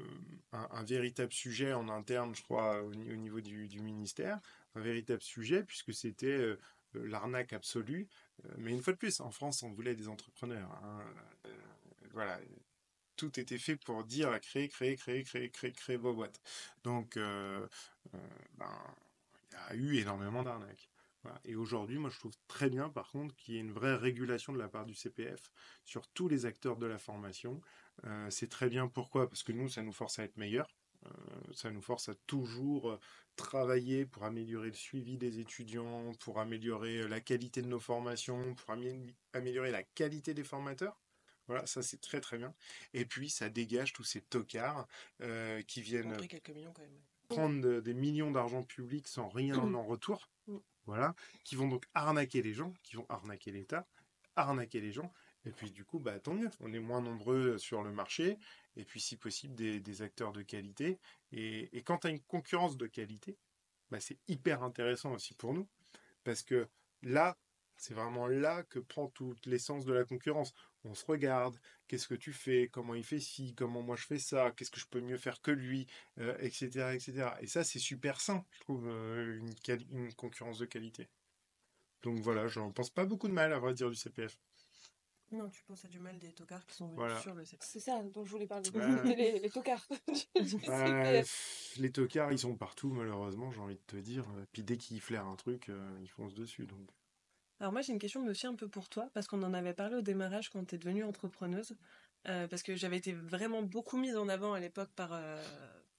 un, un véritable sujet en interne, je crois, au, au niveau du, du ministère, un véritable sujet, puisque c'était euh, l'arnaque absolue. Euh, mais une fois de plus, en France, on voulait des entrepreneurs. Hein. Euh, voilà, tout était fait pour dire à créer, créer, créer, créer, créer, créer vos boîtes. Donc, euh, euh, ben, il y a eu énormément d'arnaques. Voilà. Et aujourd'hui, moi, je trouve très bien, par contre, qu'il y ait une vraie régulation de la part du C P F sur tous les acteurs de la formation. Euh, c'est très bien. Pourquoi? Parce que nous, ça nous force à être meilleurs. Euh, ça nous force à toujours euh, travailler pour améliorer le suivi des étudiants, pour améliorer euh, la qualité de nos formations, pour amé- améliorer la qualité des formateurs. Voilà, ça c'est très très bien. Et puis ça dégage tous ces tocards euh, qui Ils ont viennent pris quelques millions quand même. prendre de- des millions d'argent public sans rien en retour. Mm. Voilà, qui vont donc arnaquer les gens, qui vont arnaquer l'État, arnaquer les gens. Et puis du coup, bah tant mieux, on est moins nombreux sur le marché, et puis si possible des, des acteurs de qualité. Et, et quand tu as une concurrence de qualité, bah, c'est hyper intéressant aussi pour nous, parce que là, c'est vraiment là que prend toute l'essence de la concurrence. On se regarde, qu'est-ce que tu fais, comment il fait ci, comment moi je fais ça, qu'est-ce que je peux mieux faire que lui, euh, et cetera, et cetera. Et ça, c'est super sain, je trouve, euh, une, quali- une concurrence de qualité. Donc voilà, j'en pense pas beaucoup de mal, à vrai dire, du C P F. Non, tu penses à du mal des tocards qui sont venus Voilà. sur le C P F. C'est ça dont je voulais parler. Ouais. C'était les, les tocards du, du Bah, C P F. pff, les tocards, ils sont partout, malheureusement, j'ai envie de te dire. Puis dès qu'ils flairent un truc, euh, ils foncent dessus. Donc. Alors moi j'ai une question mais aussi un peu pour toi, parce qu'on en avait parlé au démarrage quand tu es devenue entrepreneuse, euh, parce que j'avais été vraiment beaucoup mise en avant à l'époque par, euh,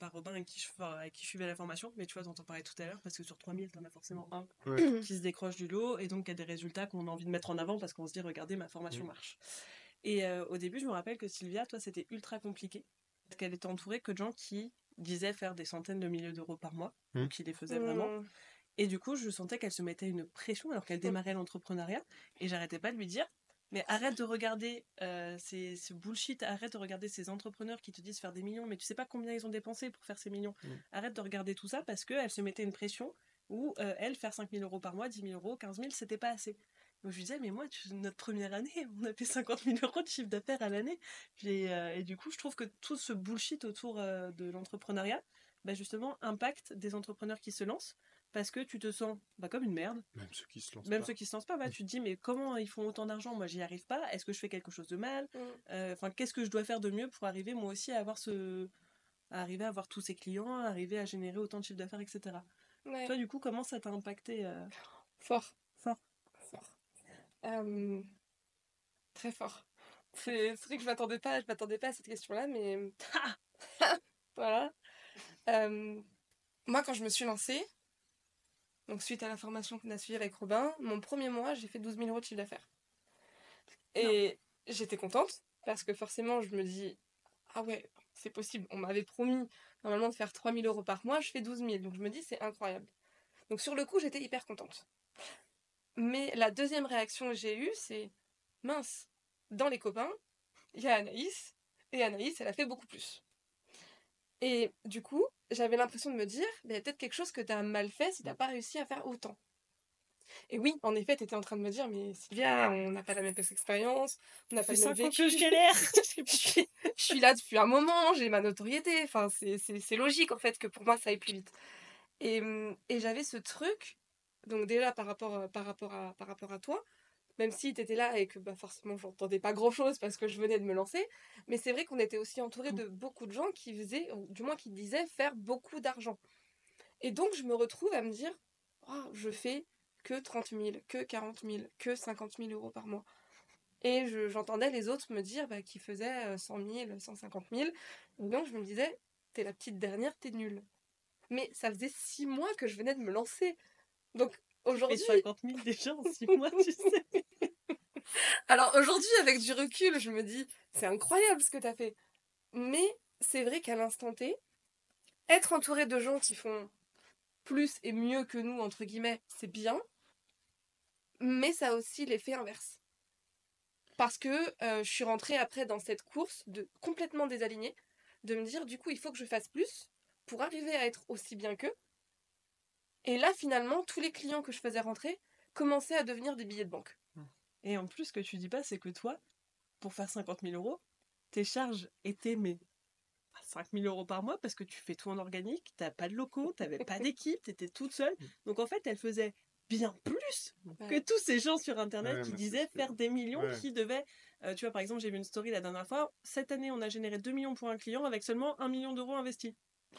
par Robin avec qui, je, enfin, avec qui je suivais la formation, mais tu vois, t'en parlais tout à l'heure, parce que sur trois mille, t'en as forcément un Ouais. qui se décroche du lot, et donc il y a des résultats qu'on a envie de mettre en avant, parce qu'on se dit, regardez, ma formation Mm. marche. Et euh, au début, je me rappelle que Sylvia, toi, c'était ultra compliqué, parce qu'elle était entourée que de gens qui disaient faire des centaines de milliers d'euros par mois, Mm. ou qui les faisaient vraiment. Mmh. Et du coup, je sentais qu'elle se mettait une pression alors qu'elle démarrait l'entrepreneuriat. Et j'arrêtais pas de lui dire, mais arrête de regarder euh, ces, ce bullshit, arrête de regarder ces entrepreneurs qui te disent faire des millions, mais tu sais pas combien ils ont dépensé pour faire ces millions. Mm. Arrête de regarder tout ça parce qu'elle se mettait une pression où euh, elle, faire cinq mille euros par mois, dix mille euros, quinze mille, c'était pas assez. Donc je lui disais, mais moi, tu- notre première année, on a fait cinquante mille euros de chiffre d'affaires à l'année. Et, euh, et du coup, je trouve que tout ce bullshit autour euh, de l'entrepreneuriat, bah, justement, impacte des entrepreneurs qui se lancent parce que tu te sens bah, comme une merde. Même ceux qui se lancent Même pas. ceux qui se lancent pas, bah, tu te dis, mais comment ils font autant d'argent? Moi, j'y arrive pas. Est-ce que je fais quelque chose de mal? Mmh. Euh, Enfin, qu'est-ce que je dois faire de mieux pour arriver moi aussi à avoir ce, à arriver à avoir tous ces clients, à arriver à générer autant de chiffre d'affaires, et cetera. Ouais. Toi, du coup, comment ça t'a impacté euh, Fort. fort? Fort. Euh, Très fort. C'est c'est vrai que je m'attendais pas, je m'attendais pas à cette question-là, mais voilà. Euh, Moi, quand je me suis lancée, donc suite à la formation qu'on a suivie avec Robin, mon premier mois, j'ai fait douze mille euros de chiffre d'affaires. Et j'étais contente parce que forcément, je me dis, ah ouais, c'est possible. On m'avait promis normalement de faire trois mille euros par mois, je fais douze mille. Donc je me dis, c'est incroyable. Donc sur le coup, j'étais hyper contente. Mais la deuxième réaction que j'ai eue, c'est, mince, dans les copains, il y a Anaïs, et Anaïs, elle a fait beaucoup plus. Et du coup, j'avais l'impression de me dire, il y a peut-être quelque chose que tu as mal fait si tu n'as pas réussi à faire autant. Et oui, en effet, tu étais en train de me dire, mais Sylvia, on n'a pas la même expérience, on n'a pas Ça le fait même cinq ans vécu. que je galère. je, suis, je suis là depuis un moment, j'ai ma notoriété, enfin, c'est, c'est, c'est logique en fait que pour moi ça aille plus vite. Et, hum, et j'avais ce truc, donc déjà par rapport, par rapport, à, par rapport à toi, même si tu étais là et que bah, forcément j'entendais pas grand chose parce que je venais de me lancer, mais c'est vrai qu'on était aussi entouré de beaucoup de gens qui faisaient, ou du moins qui disaient faire beaucoup d'argent. Et donc je me retrouve à me dire, oh, je fais que trente mille, que quarante mille, que cinquante mille euros par mois. Et je, j'entendais les autres me dire bah, qu'ils faisaient cent mille, cent cinquante mille. Et donc je me disais, t'es la petite dernière, t'es nulle. Mais ça faisait six mois que je venais de me lancer. Donc Tu fais aujourd'hui, cinquante mille déjà en six mois, tu sais. alors aujourd'hui avec du recul, je me dis, c'est incroyable ce que t'as fait. Mais c'est vrai qu'à l'instant T, être entouré de gens qui font plus et mieux que nous, entre guillemets, c'est bien. Mais ça a aussi l'effet inverse. Parce que euh, je suis rentrée après dans cette course de complètement désalignée, de me dire du coup il faut que je fasse plus pour arriver à être aussi bien qu'eux. Et là finalement tous les clients que je faisais rentrer commençaient à devenir des billets de banque. Et en plus, ce que tu dis pas, c'est que toi, pour faire cinquante mille euros, tes charges étaient mais cinq mille euros par mois parce que tu fais tout en organique, t'as pas de locaux, t'avais pas d'équipe, t'étais toute seule. Donc en fait, elle faisait bien plus que Ouais. tous ces gens sur internet Ouais, qui mais c'est disaient ce que- faire des millions, Ouais. qui devaient. Euh, tu vois, par exemple, j'ai vu une story la dernière fois. Cette année, on a généré deux millions pour un client avec seulement un million d'euros investis.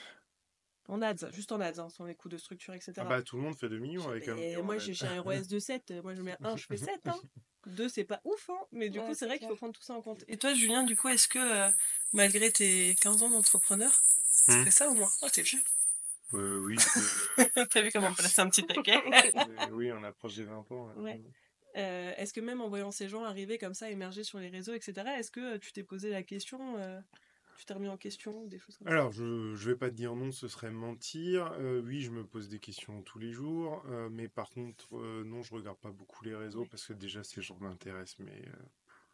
En ads, juste en ads, hein, sans les coûts de structure, et cetera. Ah bah tout le monde fait deux millions avec un Et million. moi, en j'ai aide. j'ai un R O S de sept. Moi, je mets un, je fais sept. Hein. deux, c'est pas ouf. Hein. Mais du Ouais, coup, c'est c'est vrai qu'il clair. faut prendre tout ça en compte. Et toi, Julien, du coup, est-ce que, euh, malgré tes quinze ans d'entrepreneur, tu Hmm. fais ça au moins? Oh, t'es vieux. Euh, oui, T'as vu comment on place un petit taquet? euh, oui, on approche des vingt ans. là. Ouais. Euh, est-ce que même en voyant ces gens arriver comme ça, émerger sur les réseaux, et cetera, est-ce que euh, tu t'es posé la question, euh, tu t'es remis en question, ou des choses comme ça? Alors, je je vais pas te dire non, ce serait mentir. Euh, oui, je me pose des questions tous les jours, euh, mais par contre, euh, non, je regarde pas beaucoup les réseaux Ouais. parce que déjà ces gens m'intéressent, mais euh,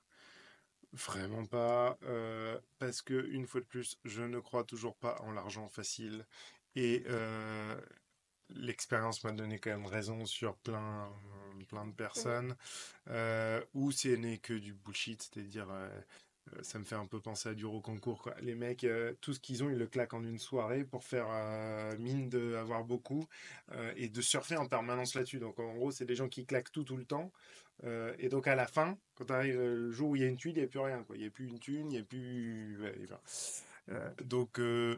vraiment pas. Euh, parce que une fois de plus, je ne crois toujours pas en l'argent facile et euh, l'expérience m'a donné quand même raison sur plein plein de personnes euh, où ce n'est que du bullshit, c'est-à-dire euh, euh, ça me fait un peu penser à du Rocancourt, quoi. Les mecs, euh, tout ce qu'ils ont, ils le claquent en une soirée pour faire euh, mine d'avoir beaucoup euh, et de surfer en permanence là-dessus. Donc en gros, c'est des gens qui claquent tout tout le temps. Euh, et donc à la fin, quand arrive euh, le jour où il y a une thune, il n'y a plus rien, quoi. Il n'y a plus une thune, il n'y a plus. Ouais, enfin, euh, donc euh,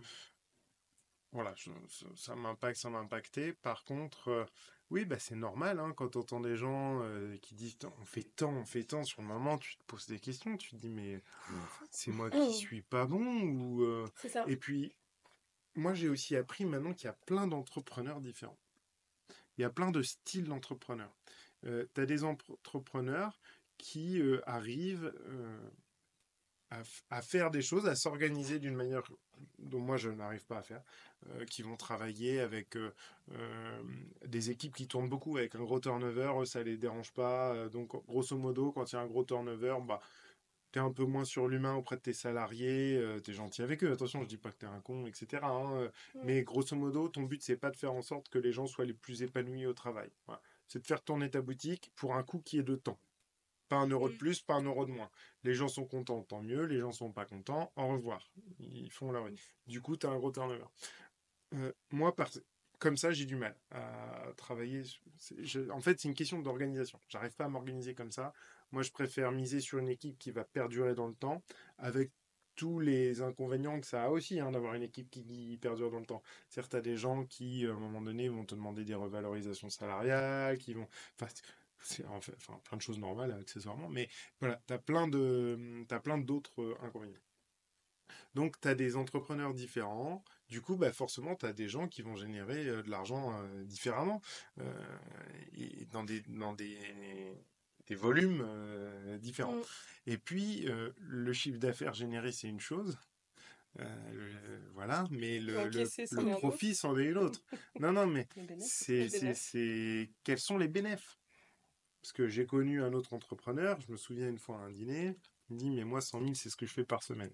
voilà, je- ça ça m'impacte, ça m'a impacté. Par contre, euh, oui, bah, c'est normal hein, quand tu entends des gens euh, qui disent Tain, on fait tant, on fait tant. Sur le moment, tu te poses des questions, tu te dis mais c'est moi qui suis pas bon ou euh, C'est ça. et puis moi, j'ai aussi appris maintenant qu'il y a plein d'entrepreneurs différents. Il y a plein de styles d'entrepreneurs. Euh, tu as des entrepreneurs qui euh, arrivent euh, à, f- à faire des choses, à s'organiser d'une manière dont moi je n'arrive pas à faire, euh, qui vont travailler avec euh, euh, des équipes qui tournent beaucoup, avec un gros turnover, eux, ça les dérange pas. Euh, donc grosso modo, quand il y a un gros turnover, bah, tu es un peu moins sur l'humain auprès de tes salariés, euh, tu es gentil avec eux, attention, je dis pas que tu es un con, et cetera hein, euh, Mm. mais grosso modo, ton but, c'est pas de faire en sorte que les gens soient les plus épanouis au travail. Voilà. C'est de faire tourner ta boutique pour un coût qui est de temps. Pas un euro de Mm. plus, pas un euro de moins. Les gens sont contents, tant mieux. Les gens sont pas contents, au revoir. Ils font la vie. Du coup, tu as un gros turnover. Euh, moi, par... comme ça, j'ai du mal à travailler. c'est- je- En fait, c'est une question d'organisation. J'arrive pas à m'organiser comme ça. Moi, je préfère miser sur une équipe qui va perdurer dans le temps, avec tous les inconvénients que ça a aussi, hein, d'avoir une équipe qui, qui perdure dans le temps. Certes, tu des gens qui, à un moment donné, vont te demander des revalorisations salariales, qui vont... Enfin, c'est en fait, enfin, plein de choses normales, accessoirement, mais voilà, tu as plein de, t'as plein d'autres euh, inconvénients. Donc, tu as des entrepreneurs différents. Du coup, bah, forcément, tu as des gens qui vont générer euh, de l'argent euh, différemment euh, et dans des, dans des, des volumes euh, différents. Mm. Et puis, euh, le chiffre d'affaires généré, c'est une chose. Euh, le- voilà, mais le, le, Encaisser, c'en le est un autre. profit, c'en est une autre. Non, non, mais Les bénéfices. Les c'est, c'est, bénéfices. c'est... quels sont les bénéfices? Parce que j'ai connu un autre entrepreneur, je me souviens une fois à un dîner, il me dit, mais moi, cent mille, c'est ce que je fais par semaine.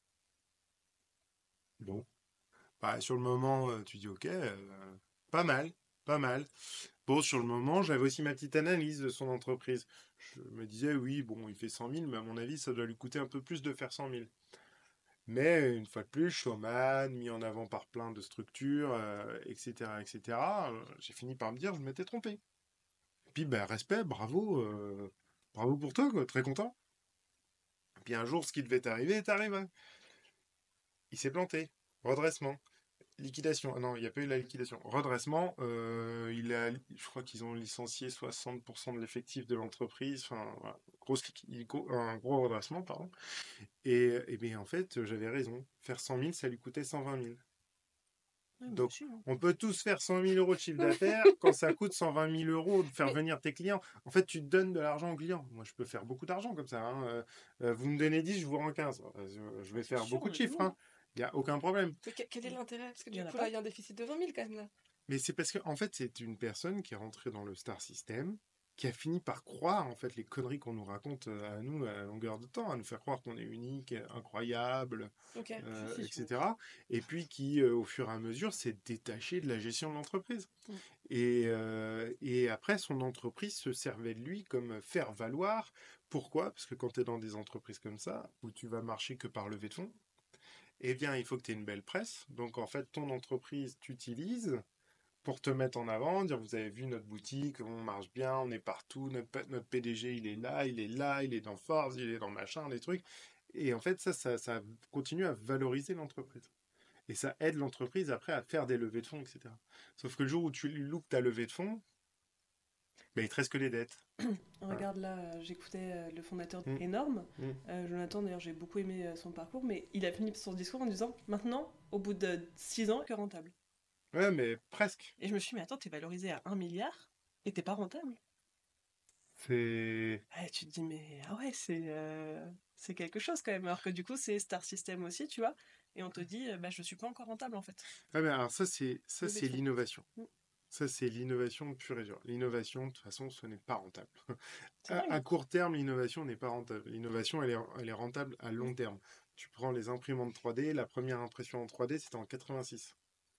Bon. Bah, sur le moment, euh, tu dis ok, euh, pas mal, pas mal. Bon, sur le moment, j'avais aussi ma petite analyse de son entreprise. Je me disais, oui, bon, il fait cent mille, mais à mon avis, ça doit lui coûter un peu plus de faire cent mille. Mais une fois de plus, showman, mis en avant par plein de structures, euh, et cetera, et cetera, euh, j'ai fini par me dire, je m'étais trompé. Puis, ben, respect, bravo, euh, bravo pour toi, quoi, très content. Puis un jour, ce qui devait arriver est arrivé. Il s'est planté. Redressement. Liquidation. Ah non, il n'y a pas eu la liquidation. Redressement, euh, il a, je crois qu'ils ont licencié soixante pour cent de l'effectif de l'entreprise. Enfin, voilà. Grosse, un gros redressement, pardon. Et, et bien, en fait, j'avais raison. Faire cent mille, ça lui coûtait cent vingt mille. Ouais, moi Donc, aussi, hein. on peut tous faire cent mille euros de chiffre d'affaires quand ça coûte cent vingt mille euros de faire Mais venir tes clients. En fait, tu donnes de l'argent aux clients. Moi, je peux faire beaucoup d'argent comme ça, hein. Euh, euh, vous me donnez dix, je vous rends quinze. Euh, Je, je Ah, vais c'est faire sûr, beaucoup on de est tout le chiffres, monde, hein. hein. Il n'y a aucun problème. Mais que- quel est Il l'intérêt? Parce que il y du en a coup, là, pas. il y a un déficit de vingt mille quand même, là. Mais c'est parce qu'en en fait, c'est une personne qui est rentrée dans le star system, qui a fini par croire en fait les conneries qu'on nous raconte euh, à nous à longueur de temps, à nous faire croire qu'on est unique, incroyable, Ok. Si, euh, si, tu m'as dit. et cetera. Et puis qui, euh, au fur et à mesure, s'est détaché de la gestion de l'entreprise. Mm. Et, euh, et après, son entreprise se servait de lui comme faire valoir. Pourquoi? Parce que quand tu es dans des entreprises comme ça, où tu vas marcher que par levée de fonds, eh bien, il faut que tu aies une belle presse. Donc, en fait, ton entreprise t'utilise pour te mettre en avant, dire vous avez vu notre boutique, on marche bien, on est partout, notre, P- notre P D G il est là, il est là, il est dans Force, il est dans machin, des trucs. Et en fait, ça, ça, ça continue à valoriser l'entreprise. Et ça aide l'entreprise après à faire des levées de fonds, et cetera. Sauf que le jour où tu loupes ta levée de fonds, ben, il te reste que les dettes. Voilà. Regarde là, euh, j'écoutais euh, le fondateur Mm, énorme, mm. euh, Jonathan, d'ailleurs j'ai beaucoup aimé euh, son parcours, mais il a fini son discours en disant maintenant, au bout de six ans, que rentable. Ouais, mais presque. Et je me suis dit, mais attends, t'es valorisé à un milliard et t'es pas rentable. C'est. Ouais, tu te dis, mais ah ouais, c'est euh, c'est quelque chose quand même. Alors que du coup, c'est Star System aussi, tu vois. Et on te dit, euh, bah, je suis pas encore rentable en fait. Ouais, mais alors ça, c'est ça, Levée de c'est fonds. l'innovation. Mm. Ça, c'est l'innovation pure et dure. L'innovation, de toute façon, ce n'est pas rentable. C'est dingue, À, à hein. court terme, l'innovation n'est pas rentable. L'innovation, elle est, elle est rentable à Mm. long terme. Tu prends les imprimantes trois D, la première impression en trois D, c'était en quatre-vingt-six.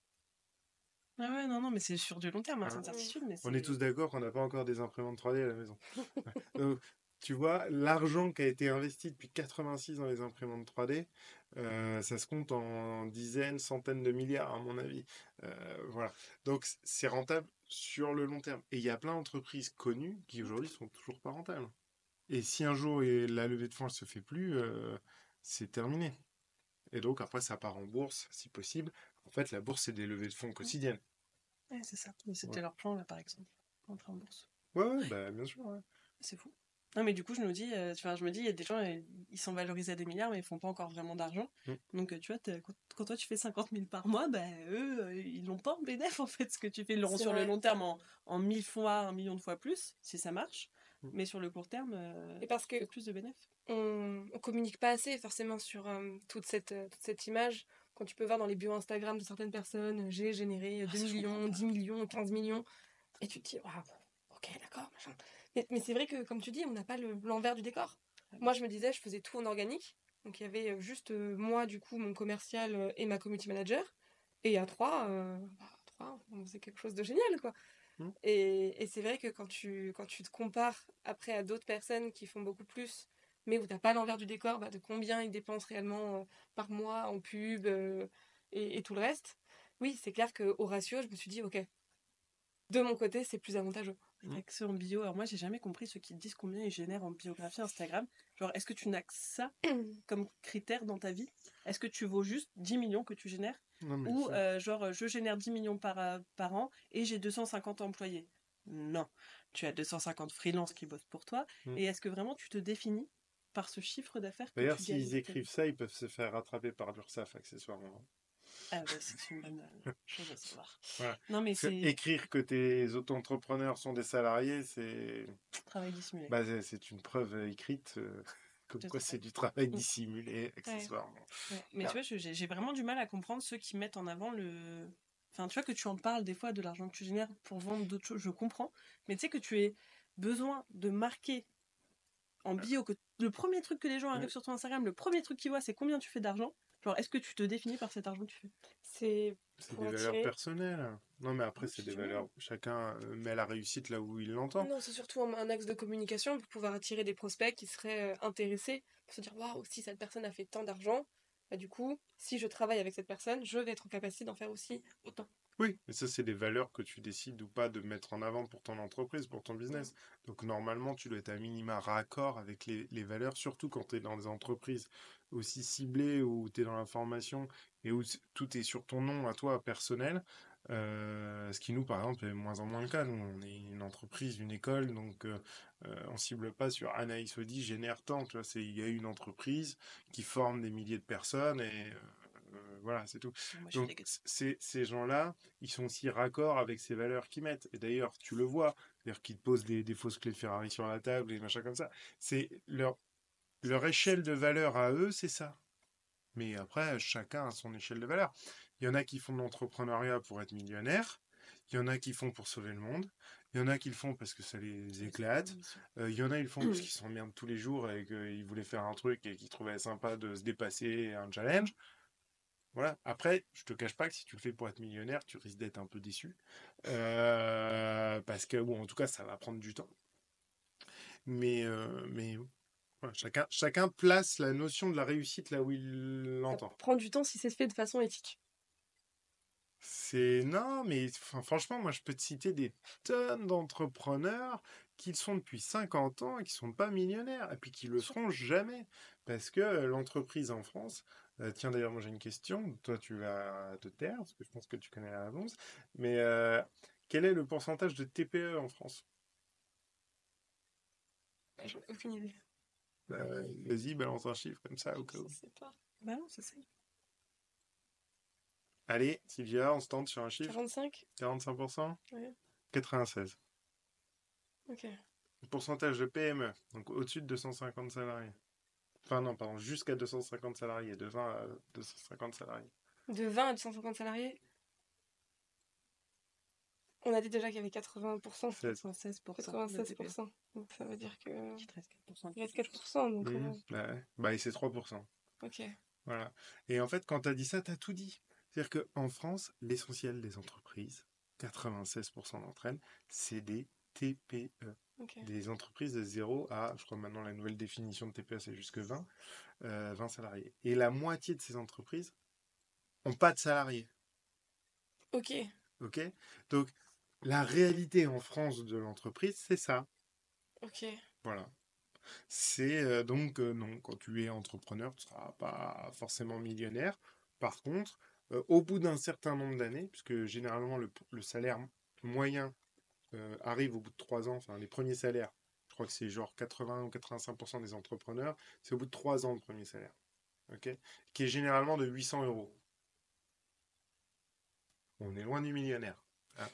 Ah ouais, non, non, mais c'est sur du long terme, hein, c'est Hein. une certitude, mais On est c'est. tous d'accord qu'on n'a pas encore des imprimantes trois D à la maison. Ouais. Donc, tu vois, l'argent qui a été investi depuis quatre-vingt-six dans les imprimantes trois D, euh, ça se compte en dizaines, centaines de milliards, à mon avis. Euh, voilà. Donc, c- c'est rentable sur le long terme. Et il y a plein d'entreprises connues qui aujourd'hui sont toujours pas rentables. Et si un jour et la levée de fonds ne se fait plus, euh, c'est terminé. Et donc, après, ça part en bourse, si possible. En fait, la bourse, c'est des levées de fonds quotidiennes. Ouais, c'est ça. Mais Ouais, c'était leur plan là, par exemple. Entrer en bourse. ouais, ouais, bah, bien sûr. Ouais. C'est fou. Non, mais du coup, je me dis, euh, tu vois, je me dis, il y a des gens, euh, ils sont valorisés à des milliards, mais ils font pas encore vraiment d'argent. Mm. Donc, euh, tu vois, t'as- quand, quand toi, tu fais cinquante mille par mois, bah, eux, euh, ils l'ont pas en bénéf, en fait, ce que tu fais. Ils l'auront C'est sur le vrai. long terme en, en mille fois, un million de fois plus, si ça marche. Mm. Mais sur le court terme, euh, Et parce tu que fais plus de bénéf. on, on communique pas assez forcément sur euh, toute cette, euh, toute cette image. Quand tu peux voir dans les bios Instagram de certaines personnes, euh, j'ai généré Ah, deux ça, je comprends millions, pas. dix millions, quinze millions, et tu te dis, waouh, ok, d'accord, machin. Mais, mais c'est vrai que, comme tu dis, on n'a pas le- l'envers du décor. Ah, Moi, bien je me sûr. disais, je faisais tout en organique. Donc, il y avait euh, juste euh, moi, du coup, mon commercial euh, et ma community manager. Et à trois, euh, bah, à trois, on faisait quelque chose de génial, quoi. Mm. Et, et c'est vrai que quand tu, quand tu te compares après à d'autres personnes qui font beaucoup plus, mais où t'as pas l'envers du décor, bah, de combien ils dépensent réellement euh, par mois en pub euh, et, et tout le reste, oui, c'est clair qu'au ratio, je me suis dit, ok, de mon côté, c'est plus avantageux. Et t'as que ça en bio. Alors, moi, j'ai jamais compris ceux qui te disent combien ils génèrent en biographie Instagram. Genre, est-ce que tu n'as que ça comme critère dans ta vie? Est-ce que tu vaux juste dix millions que tu génères? Non, mais Ou ça- euh, genre, je génère dix millions par, euh, par an et j'ai deux cent cinquante employés? Non. Tu as deux cent cinquante freelances qui bossent pour toi. Mm. Et est-ce que vraiment tu te définis par ce chiffre d'affaires que D'ailleurs, tu gagnes s'ils dans ta écrivent vie? ça, ils peuvent se faire rattraper par l'URSSAF, accessoirement. Ah bah, c'est une bonne euh, chose à savoir. Voilà. Non, mais Parce que c'est écrire que tes auto-entrepreneurs sont des salariés, c'est travail dissimulé. bah, c'est c'est une preuve euh, écrite, euh, comme De quoi c'est travail. du travail Mm. dissimulé, Ouais. accessoirement. Ouais, mais tu Voilà. vois, je- j'ai j'ai vraiment du mal à comprendre ceux qui mettent en avant le... Enfin, tu vois, que tu en parles des fois de l'argent que tu génères pour vendre d'autres choses, je comprends. Mais tu sais que tu aies besoin de marquer en bio que le premier truc que les gens Ouais. arrivent sur ton Instagram, le premier truc qu'ils voient, c'est combien tu fais d'argent. Genre, est-ce que tu te définis par cet argent que tu fais? C'est C'est pour des valeurs attirer. personnelles. Non, mais après, Oui, c'est c'est des du monde. valeurs. Chacun euh, met la réussite là où il l'entend. Non, c'est surtout un, un axe de communication pour pouvoir attirer des prospects qui seraient euh, intéressés pour se dire waouh, si cette personne a fait tant d'argent, bah, du coup, si je travaille avec cette personne, je vais être en capacité d'en faire aussi autant. Oui, mais ça, c'est des valeurs que tu décides ou pas de mettre en avant pour ton entreprise, pour ton Mm. business. Donc, normalement, tu dois être à minima raccord avec les, les valeurs, surtout quand tu es dans des entreprises aussi ciblées où tu es dans la formation et où c- tout est sur ton nom à toi personnel. Euh, ce qui nous, par exemple, est de moins en moins le cas. Nous, on est une entreprise, une école, donc euh, euh, on cible pas sur Anaïs Audi génère tant. Tu vois, c'est, il y a une entreprise qui forme des milliers de personnes et euh, euh, voilà, c'est tout. Moi, je suis Donc, dégueu. c- ces, ces gens-là, ils sont aussi raccords avec ces valeurs qu'ils mettent. Et d'ailleurs, tu le vois, c'est-à-dire qu'ils te posent des, des fausses clés de Ferrari sur la table et machin comme ça. C'est leur, leur échelle de valeur à eux, c'est ça. Mais après, chacun a son échelle de valeur. Il y en a qui font de l'entrepreneuriat pour être millionnaire. Il y en a qui font pour sauver le monde. Il y en a qui le font parce que ça les Ouais, c'est pas éclate. une mission. Euh, il y en a qui le font parce qu'ils s'emmerdent tous les jours et qu'ils voulaient faire un truc et qu'ils trouvaient sympa de se dépasser un challenge. Voilà. Après, je te cache pas que si tu le fais pour être millionnaire, tu risques d'être un peu déçu. Euh, parce que, bon, en tout cas, ça va prendre du temps. Mais, euh, mais voilà, chacun, chacun place la notion de la réussite là où il Ça l'entend. prend du temps si c'est fait de façon éthique. C'est non, mais enfin, franchement, moi je peux te citer des tonnes d'entrepreneurs qui le sont depuis cinquante ans et qui sont pas millionnaires et puis qui le seront jamais parce que euh, l'entreprise en France. Euh, tiens d'ailleurs, moi j'ai une question. Toi tu vas te taire parce que je pense que tu connais la réponse. Mais euh, quel est le pourcentage de T P E en France? J'en ai aucune idée. Euh, vas-y, balance un chiffre comme ça au cas Je où. sais pas. Bah non, c'est ça. Allez, Sylvia, on se tente sur un chiffre. quarante-cinq. quarante-cinq pour cent. Ouais, quatre-vingt-seize. ok. Pourcentage de P M E, donc au-dessus de deux cent cinquante salariés. Enfin non, pardon, jusqu'à deux cent cinquante salariés, de vingt à deux cent cinquante salariés. De vingt à deux cent cinquante salariés, on a dit déjà qu'il y avait quatre-vingts pour cent. seize. quatre-vingt-seize pour cent de quatre-vingt-seize pour T P E. cent. Donc ça veut dire que Il te reste quatre pour cent de il reste quelque quatre chose. pour cent. Donc Mmh, euh, bah ouais. Bah, et c'est trois pour cent. ok. Voilà. Et en fait, quand tu as dit ça, tu as tout dit. C'est-à-dire qu'en France, l'essentiel des entreprises, quatre-vingt-seize pour cent d'entre elles, c'est des T P E. Ok. Des entreprises de zéro à, je crois maintenant la nouvelle définition de T P E, c'est jusque vingt, euh, vingt salariés. Et la moitié de ces entreprises n'ont pas de salariés. Ok. Ok. Donc, la réalité en France de l'entreprise, c'est ça. Ok. Voilà. C'est euh, donc, euh, non, quand tu es entrepreneur, tu ne seras pas forcément millionnaire. Par contre, euh, au bout d'un certain nombre d'années, puisque généralement le, le salaire moyen euh, arrive au bout de trois ans, enfin les premiers salaires, crois que c'est genre quatre-vingts ou quatre-vingt-cinq pour cent des entrepreneurs, c'est au bout de trois ans le premier salaire, ok, qui est généralement de huit cents euros. On est loin du millionnaire. Hein.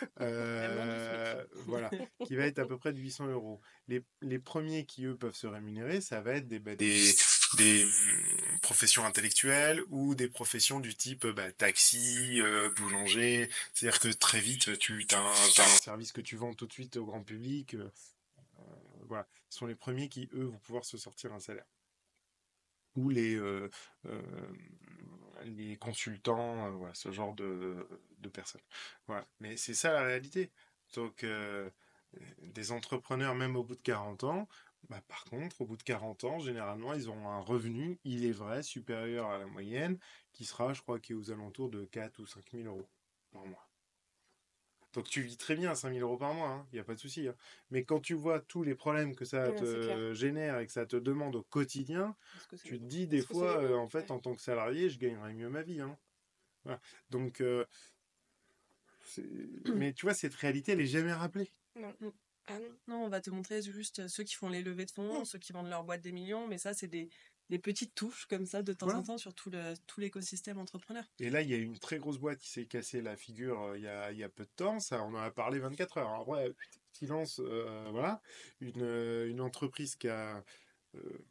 Euh, voilà, qui va être à peu près de huit cents euros. Les, les premiers qui, eux, peuvent se rémunérer, ça va être des, bah, des, des hum, professions intellectuelles ou des professions du type bah, taxi, euh, boulanger. C'est-à-dire que très vite, tu as un, t'as un service que tu vends tout de suite au grand public. Euh, voilà, ce sont les premiers qui, eux, vont pouvoir se sortir un salaire. Ou les, euh, euh, les consultants, euh, voilà, ce genre de, de personnes. Voilà. Mais c'est ça la réalité. Donc, euh, des entrepreneurs, même au bout de quarante ans, bah, par contre, au bout de quarante ans, généralement, ils ont un revenu, il est vrai, supérieur à la moyenne, qui sera, je crois, qui est aux alentours de quatre ou cinq mille euros par mois. Donc tu vis très bien à cinq mille euros par mois, il n'y a pas de souci. Hein. Mais quand tu vois tous les problèmes que ça Ouais, c'est clair. te génère et que ça te demande au quotidien, Est-ce que c'est tu te bon dis des Est-ce que c'est fois, les euh, bons? en fait, Ouais. en tant que salarié, je gagnerais mieux ma vie. Hein. Voilà. Donc, euh, c'est- mais tu vois, cette réalité, elle est jamais rappelée. Non. Mm. Ah non. Non, on va te montrer juste ceux qui font les levées de fonds, Mm. ceux qui vendent leur boîte des millions, mais ça, c'est des, des petites touches comme ça de temps Voilà. en temps sur tout le, tout l'écosystème entrepreneur. Et là, il y a une très grosse boîte qui s'est cassée la figure euh, il y a, il y a peu de temps. Ça, on en a parlé vingt-quatre heures. Alors, après, silence, euh, voilà. Une, euh, une entreprise qui a, euh,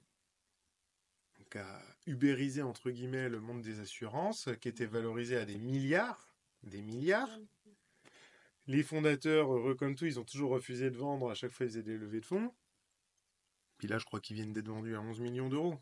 qui a ubérisé, entre guillemets, le monde des assurances, qui était valorisé à des milliards. Des milliards. Les fondateurs, heureux comme tout, ils ont toujours refusé de vendre. À chaque fois, ils faisaient des levées de fonds. Puis là, je crois qu'ils viennent d'être vendus à onze millions d'euros.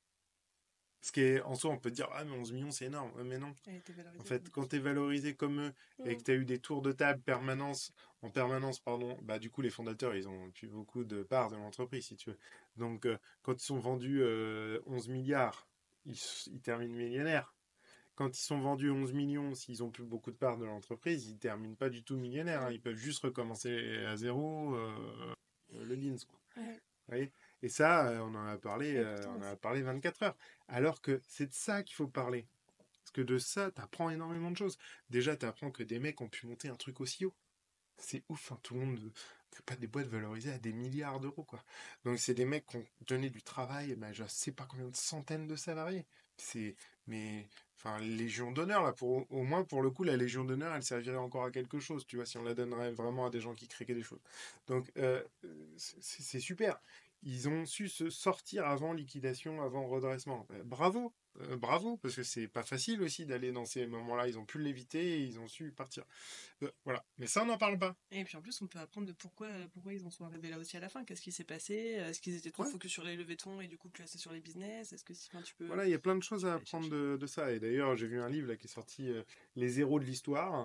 Ce qui est, en soi, on peut dire, ah, mais onze millions, c'est énorme. Ouais, mais non. Elle a été valorisée En fait, comme quand plus. tu es valorisé comme eux et que Mm. tu as eu des tours de table permanence, en permanence, pardon, bah du coup, les fondateurs, ils ont plus beaucoup de parts de l'entreprise, si tu veux. Donc, euh, quand ils sont vendus euh, onze milliards, ils, ils terminent millionnaires. Quand ils sont vendus onze millions, s'ils ont plus beaucoup de parts de l'entreprise, ils terminent pas du tout millionnaires. Hein. Mm. Ils peuvent juste recommencer à zéro euh, le Leans, quoi. Ouais. Vous voyez. Et ça, euh, on en a parlé, Et euh, pourtant, on en a c'est- parlé vingt-quatre heures. Alors que c'est de ça qu'il faut parler. Parce que de ça, tu apprends énormément de choses. Déjà, tu apprends que des mecs ont pu monter un truc aussi haut. C'est ouf, hein, tout le monde que pas des boîtes valorisées à des milliards d'euros, quoi. Donc c'est des mecs qui ont donné du travail, ben, je sais pas combien de centaines de salariés. C'est, mais, enfin, Légion d'honneur, là, pour, au moins pour le coup, la Légion d'honneur, elle servirait encore à quelque chose, tu vois, si on la donnerait vraiment à des gens qui créent des choses. Donc, euh, c'est c'est super. Ils ont su se sortir avant liquidation, avant redressement. Euh, bravo, euh, bravo, parce que c'est pas facile aussi d'aller dans ces moments-là. Ils ont pu l'éviter et ils ont su partir. Euh, voilà. Mais ça, on n'en parle pas. Et puis en plus, on peut apprendre de pourquoi, pourquoi ils en sont arrivés là aussi à la fin. Qu'est-ce qui s'est passé? Est-ce qu'ils étaient trop Ouais. focus sur les levées de fonds et du coup plus assez sur les business? Est-ce que si, enfin, tu peux. Voilà, il y a plein de choses tu à peux aller apprendre chercher. de, de ça. Et d'ailleurs, j'ai vu un livre là, qui est sorti, euh, Les héros de l'histoire.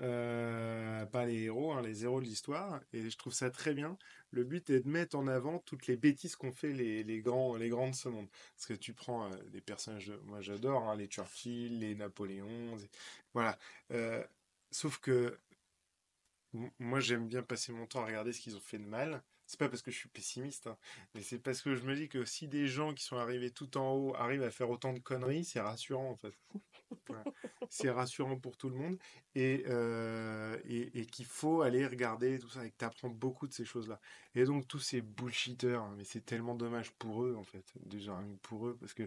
Euh, pas les héros, hein, les héros de l'histoire. Et je trouve ça très bien. Le but est de mettre en avant toutes les bêtises qu'ont fait les, les grands, les grands de ce monde. Parce que tu prends euh, des personnages, de- moi j'adore, hein, les Churchill, les Napoléons. et- Voilà. Euh, sauf que M- Moi, j'aime bien passer mon temps à regarder ce qu'ils ont fait de mal. C'est pas parce que je suis pessimiste, hein, mais c'est parce que je me dis que si des gens qui sont arrivés tout en haut arrivent à faire autant de conneries, c'est rassurant en fait. Voilà. C'est rassurant pour tout le monde et, euh, et, et qu'il faut aller regarder tout ça et que tu apprends beaucoup de ces choses-là. Et donc, tous ces bullshitters, hein, mais c'est tellement dommage pour eux en fait, déjà rien que pour eux, parce que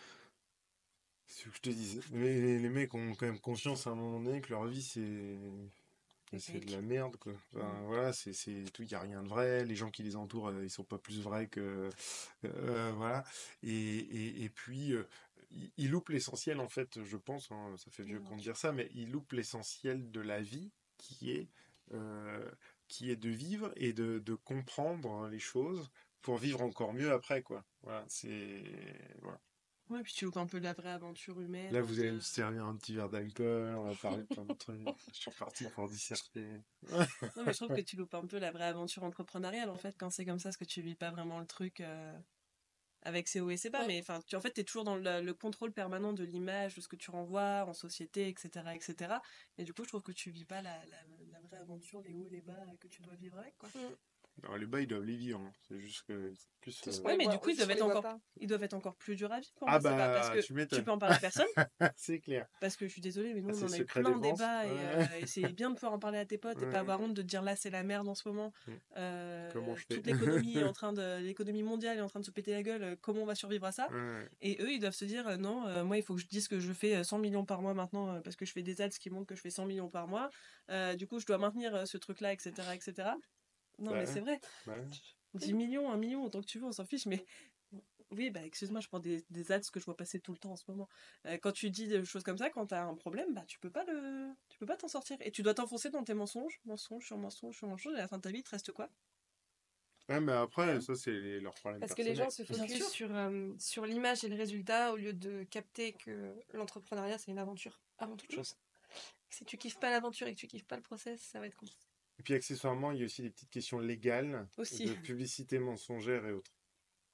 c'est ce que je te dis, les, les mecs ont quand même conscience à un moment donné que leur vie c'est C'est c'est de fake. la merde, quoi. Enfin, Mm. voilà, c'est c'est tout, il n'y a rien de vrai. Les gens qui les entourent, euh, ils sont pas plus vrais que. euh, voilà. Et, et, et puis, euh, ils, ils loupent l'essentiel, en fait, je pense, hein, ça fait vieux con de dire ça, mais ils loupent l'essentiel de la vie qui est, euh, qui est de vivre et de, de comprendre les choses pour vivre encore mieux après, quoi. Voilà, c'est. Voilà. Ouais, puis tu loupes un peu la vraie aventure humaine Là, vous allez de. me servir un petit verre d'alcool, on va parler de plein de trucs. Je suis parti pour disserter. Non, mais je trouve que tu loupes un peu la vraie aventure entrepreneuriale en fait quand c'est comme ça, parce que tu vis pas vraiment le truc euh, avec ses hauts et ses bas. Ouais. Mais enfin, tu en fait, t'es toujours dans le, le contrôle permanent de l'image, de ce que tu renvoies en société, et cetera, et cetera. Et du coup, je trouve que tu vis pas la, la, la vraie aventure, les hauts et les bas que tu dois vivre avec, quoi. Mm. Alors, les bas, ils doivent les vivre. Hein. C'est juste que c'est plus. Tous, euh, on Ouais, les mais voit, du coup, ils juste, doivent on les être voit encore, pas. ils doivent être encore plus durs à vivre pour Ah moi. C'est pas parce bah, que tu tu m'étonnes. peux en parler à personne, C'est clair. parce que je suis désolée, mais nous, Ah, on c'est en a eu secret plein de défense. débats, et, Ouais. euh, et c'est bien de pouvoir en parler à tes potes et pas Ouais. avoir honte de te dire là, c'est la merde en ce moment. Mm. Euh, Comment je fais toute l'économie est en train de, l'économie mondiale est en train de se péter la gueule. euh, Comment on va survivre à ça? Ouais. Et eux, ils doivent se dire, euh, non, euh, moi, il faut que je dise que je fais euh, cent millions par mois maintenant, euh, parce que je fais des ads qui montrent que je fais cent millions par mois. Euh, du coup, je dois maintenir euh, ce truc-là, et cetera, et cetera. Non, Bah, mais c'est vrai. bah, dix millions, un million, autant que tu veux, on s'en fiche, mais oui, bah excuse-moi, je prends des, des ads que je vois passer tout le temps en ce moment. Euh, quand tu dis des choses comme ça, quand t'as un problème, bah tu peux pas le, tu peux pas t'en sortir. Et tu dois t'enfoncer dans tes mensonges, mensonge sur mensonge sur mensonge, et à la fin de ta vie, il te reste quoi? ouais, mais après, Rien. ça, c'est les- leurs problèmes Parce que les gens personnels. se Bien focus sûr. sur, euh, sur l'image et le résultat au lieu de capter que l'entrepreneuriat, c'est une aventure avant toute Mm. chose. Si tu kiffes pas l'aventure et que tu kiffes pas le process, ça va être compliqué. Et puis, accessoirement, il y a aussi des petites questions légales, Aussi. de publicité mensongère et autres.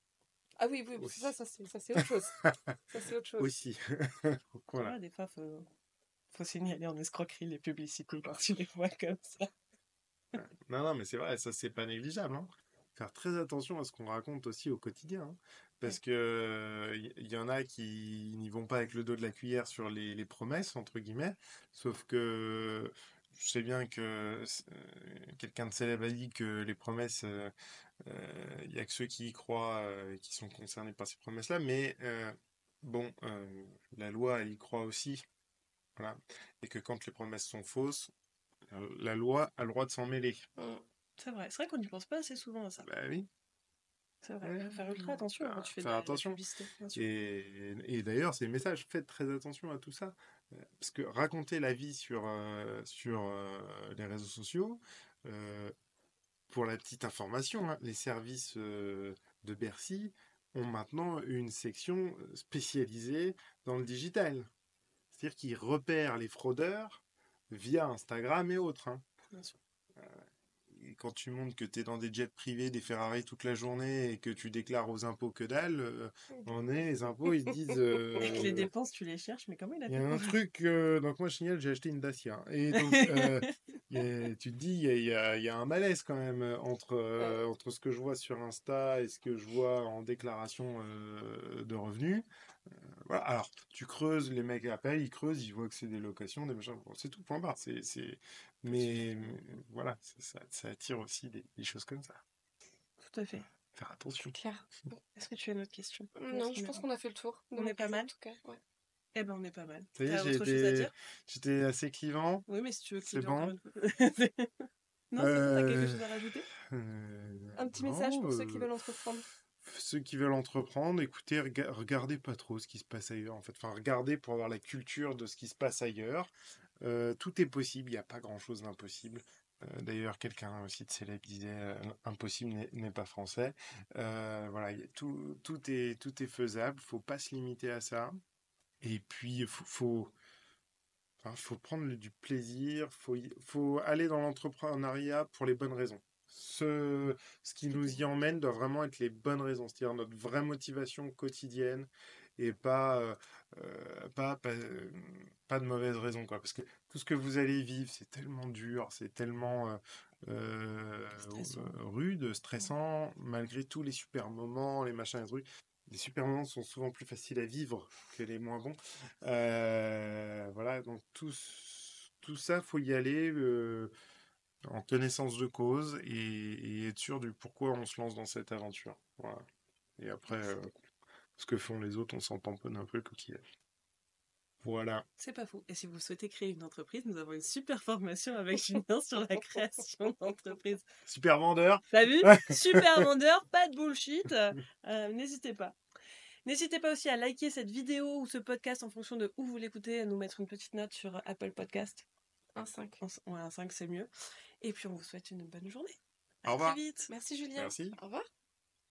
Ah oui, oui, Aussi. ça, ça c'est ça, c'est autre chose. Ça, c'est autre chose. Aussi. Tu Voilà. vois, des fois, faut, faut signaler en escroquerie les publicités quand tu les vois comme ça. Ouais. Non, non, mais c'est vrai, ça, c'est pas négligeable. Hein. Faire très attention à ce qu'on raconte aussi au quotidien. Hein. Parce que il y, y en a qui n'y vont pas avec le dos de la cuillère sur les, les promesses, entre guillemets. Sauf que je sais bien que euh, quelqu'un de célèbre a dit que les promesses, il euh, y a que ceux qui y croient euh, et qui sont concernés par ces promesses-là. Mais euh, bon, euh, la loi, elle y croit aussi. Voilà. Et que quand les promesses sont fausses, euh, la loi a le droit de s'en mêler. Mm. C'est vrai, c'est vrai qu'on n'y pense pas assez souvent à ça. Bah oui. C'est vrai, Ouais. faut faire ultra attention Faire, quand tu fais de faire la, de la attention. publicité, bien sûr. Et, et d'ailleurs, c'est le message, faites très attention à tout ça. Euh, Parce que raconter la vie sur, euh, sur euh, les réseaux sociaux, euh, pour la petite information, hein, les services euh, de Bercy ont maintenant une section spécialisée dans le digital. C'est-à-dire qu'ils repèrent les fraudeurs via Instagram et autres. Hein. Bien sûr. Et quand tu montres que tu es dans des jets privés, des Ferrari toute la journée et que tu déclares aux impôts que dalle, euh, on est, les impôts, ils te disent. Et que les euh, dépenses, tu les cherches, mais comment il a Il y fait a un pour... truc, euh, donc moi je signale, j'ai acheté une Dacia. Et donc, euh, il y a- tu te dis, il y a, il y a- il y a un malaise quand même euh, entre, euh, Ouais. entre ce que je vois sur Insta et ce que je vois en déclaration euh, de revenus. Euh, voilà. Alors, tu creuses, les mecs appellent, ils creusent, ils voient que c'est des locations, des machins. Bon, c'est tout, point barre. C'est, c'est... Mais, mais voilà, c'est- ça, ça attire aussi des, des choses comme ça. Tout à fait. Faire attention. Claire. Est-ce que tu as une autre question? Non, je pense qu'on a fait le tour. de On mon est pas côté, mal en tout cas. Ouais. Eh ben, on est pas mal. Ça y est, T'as j'ai autre chose à été, dire? j'étais assez clivant. Oui, mais si tu veux que je C'est te dise encore bon. une fois. Non, c'est bon, t'as quelque Euh, chose à rajouter? euh, Un petit non, message pour ceux qui euh, veulent entreprendre. ceux qui veulent entreprendre, écoutez, rega- regardez pas trop ce qui se passe ailleurs, en fait. Enfin, regardez pour avoir la culture de ce qui se passe ailleurs. Euh, tout est possible, il n'y a pas grand-chose d'impossible. Euh, D'ailleurs, quelqu'un aussi de célèbre disait euh, impossible n'est n'est pas français. Euh, voilà, y a tout, tout est, tout est faisable, faut pas se limiter à ça. Et puis, faut, faut, enfin, faut prendre le- du plaisir, faut, y- faut aller dans l'entrepreneuriat pour les bonnes raisons. Ce, ce qui nous y emmène doit vraiment être les bonnes raisons, c'est-à-dire notre vraie motivation quotidienne et pas, euh, euh, pas, pas, euh, pas de mauvaises raisons, quoi. Parce que tout ce que vous allez vivre, c'est tellement dur, c'est tellement euh, euh, Stressant. euh, rude, stressant, malgré tous les super moments, les machins, les trucs. Les super moments sont souvent plus faciles à vivre que les moins bons. Euh, voilà, donc tout, c- tout ça, faut y aller euh, en connaissance de cause et, et être sûr du pourquoi on se lance dans cette aventure. Voilà. Et après, euh, ce que font les autres, on s'en tamponne un peu le coquillage. Voilà. C'est pas fou. Et si vous souhaitez créer une entreprise, nous avons une super formation avec Julien sur la création d'entreprise. Super vendeur. T'as vu? Super vendeur, pas de bullshit. Euh, n'hésitez pas. N'hésitez pas aussi à liker cette vidéo ou ce podcast en fonction de où vous l'écoutez, à nous mettre une petite note sur Apple Podcast. Un cinq. Ouais, un cinq, c'est mieux. Et puis on vous souhaite une bonne journée. Au À revoir. très vite. Merci Julien. Merci. Au revoir.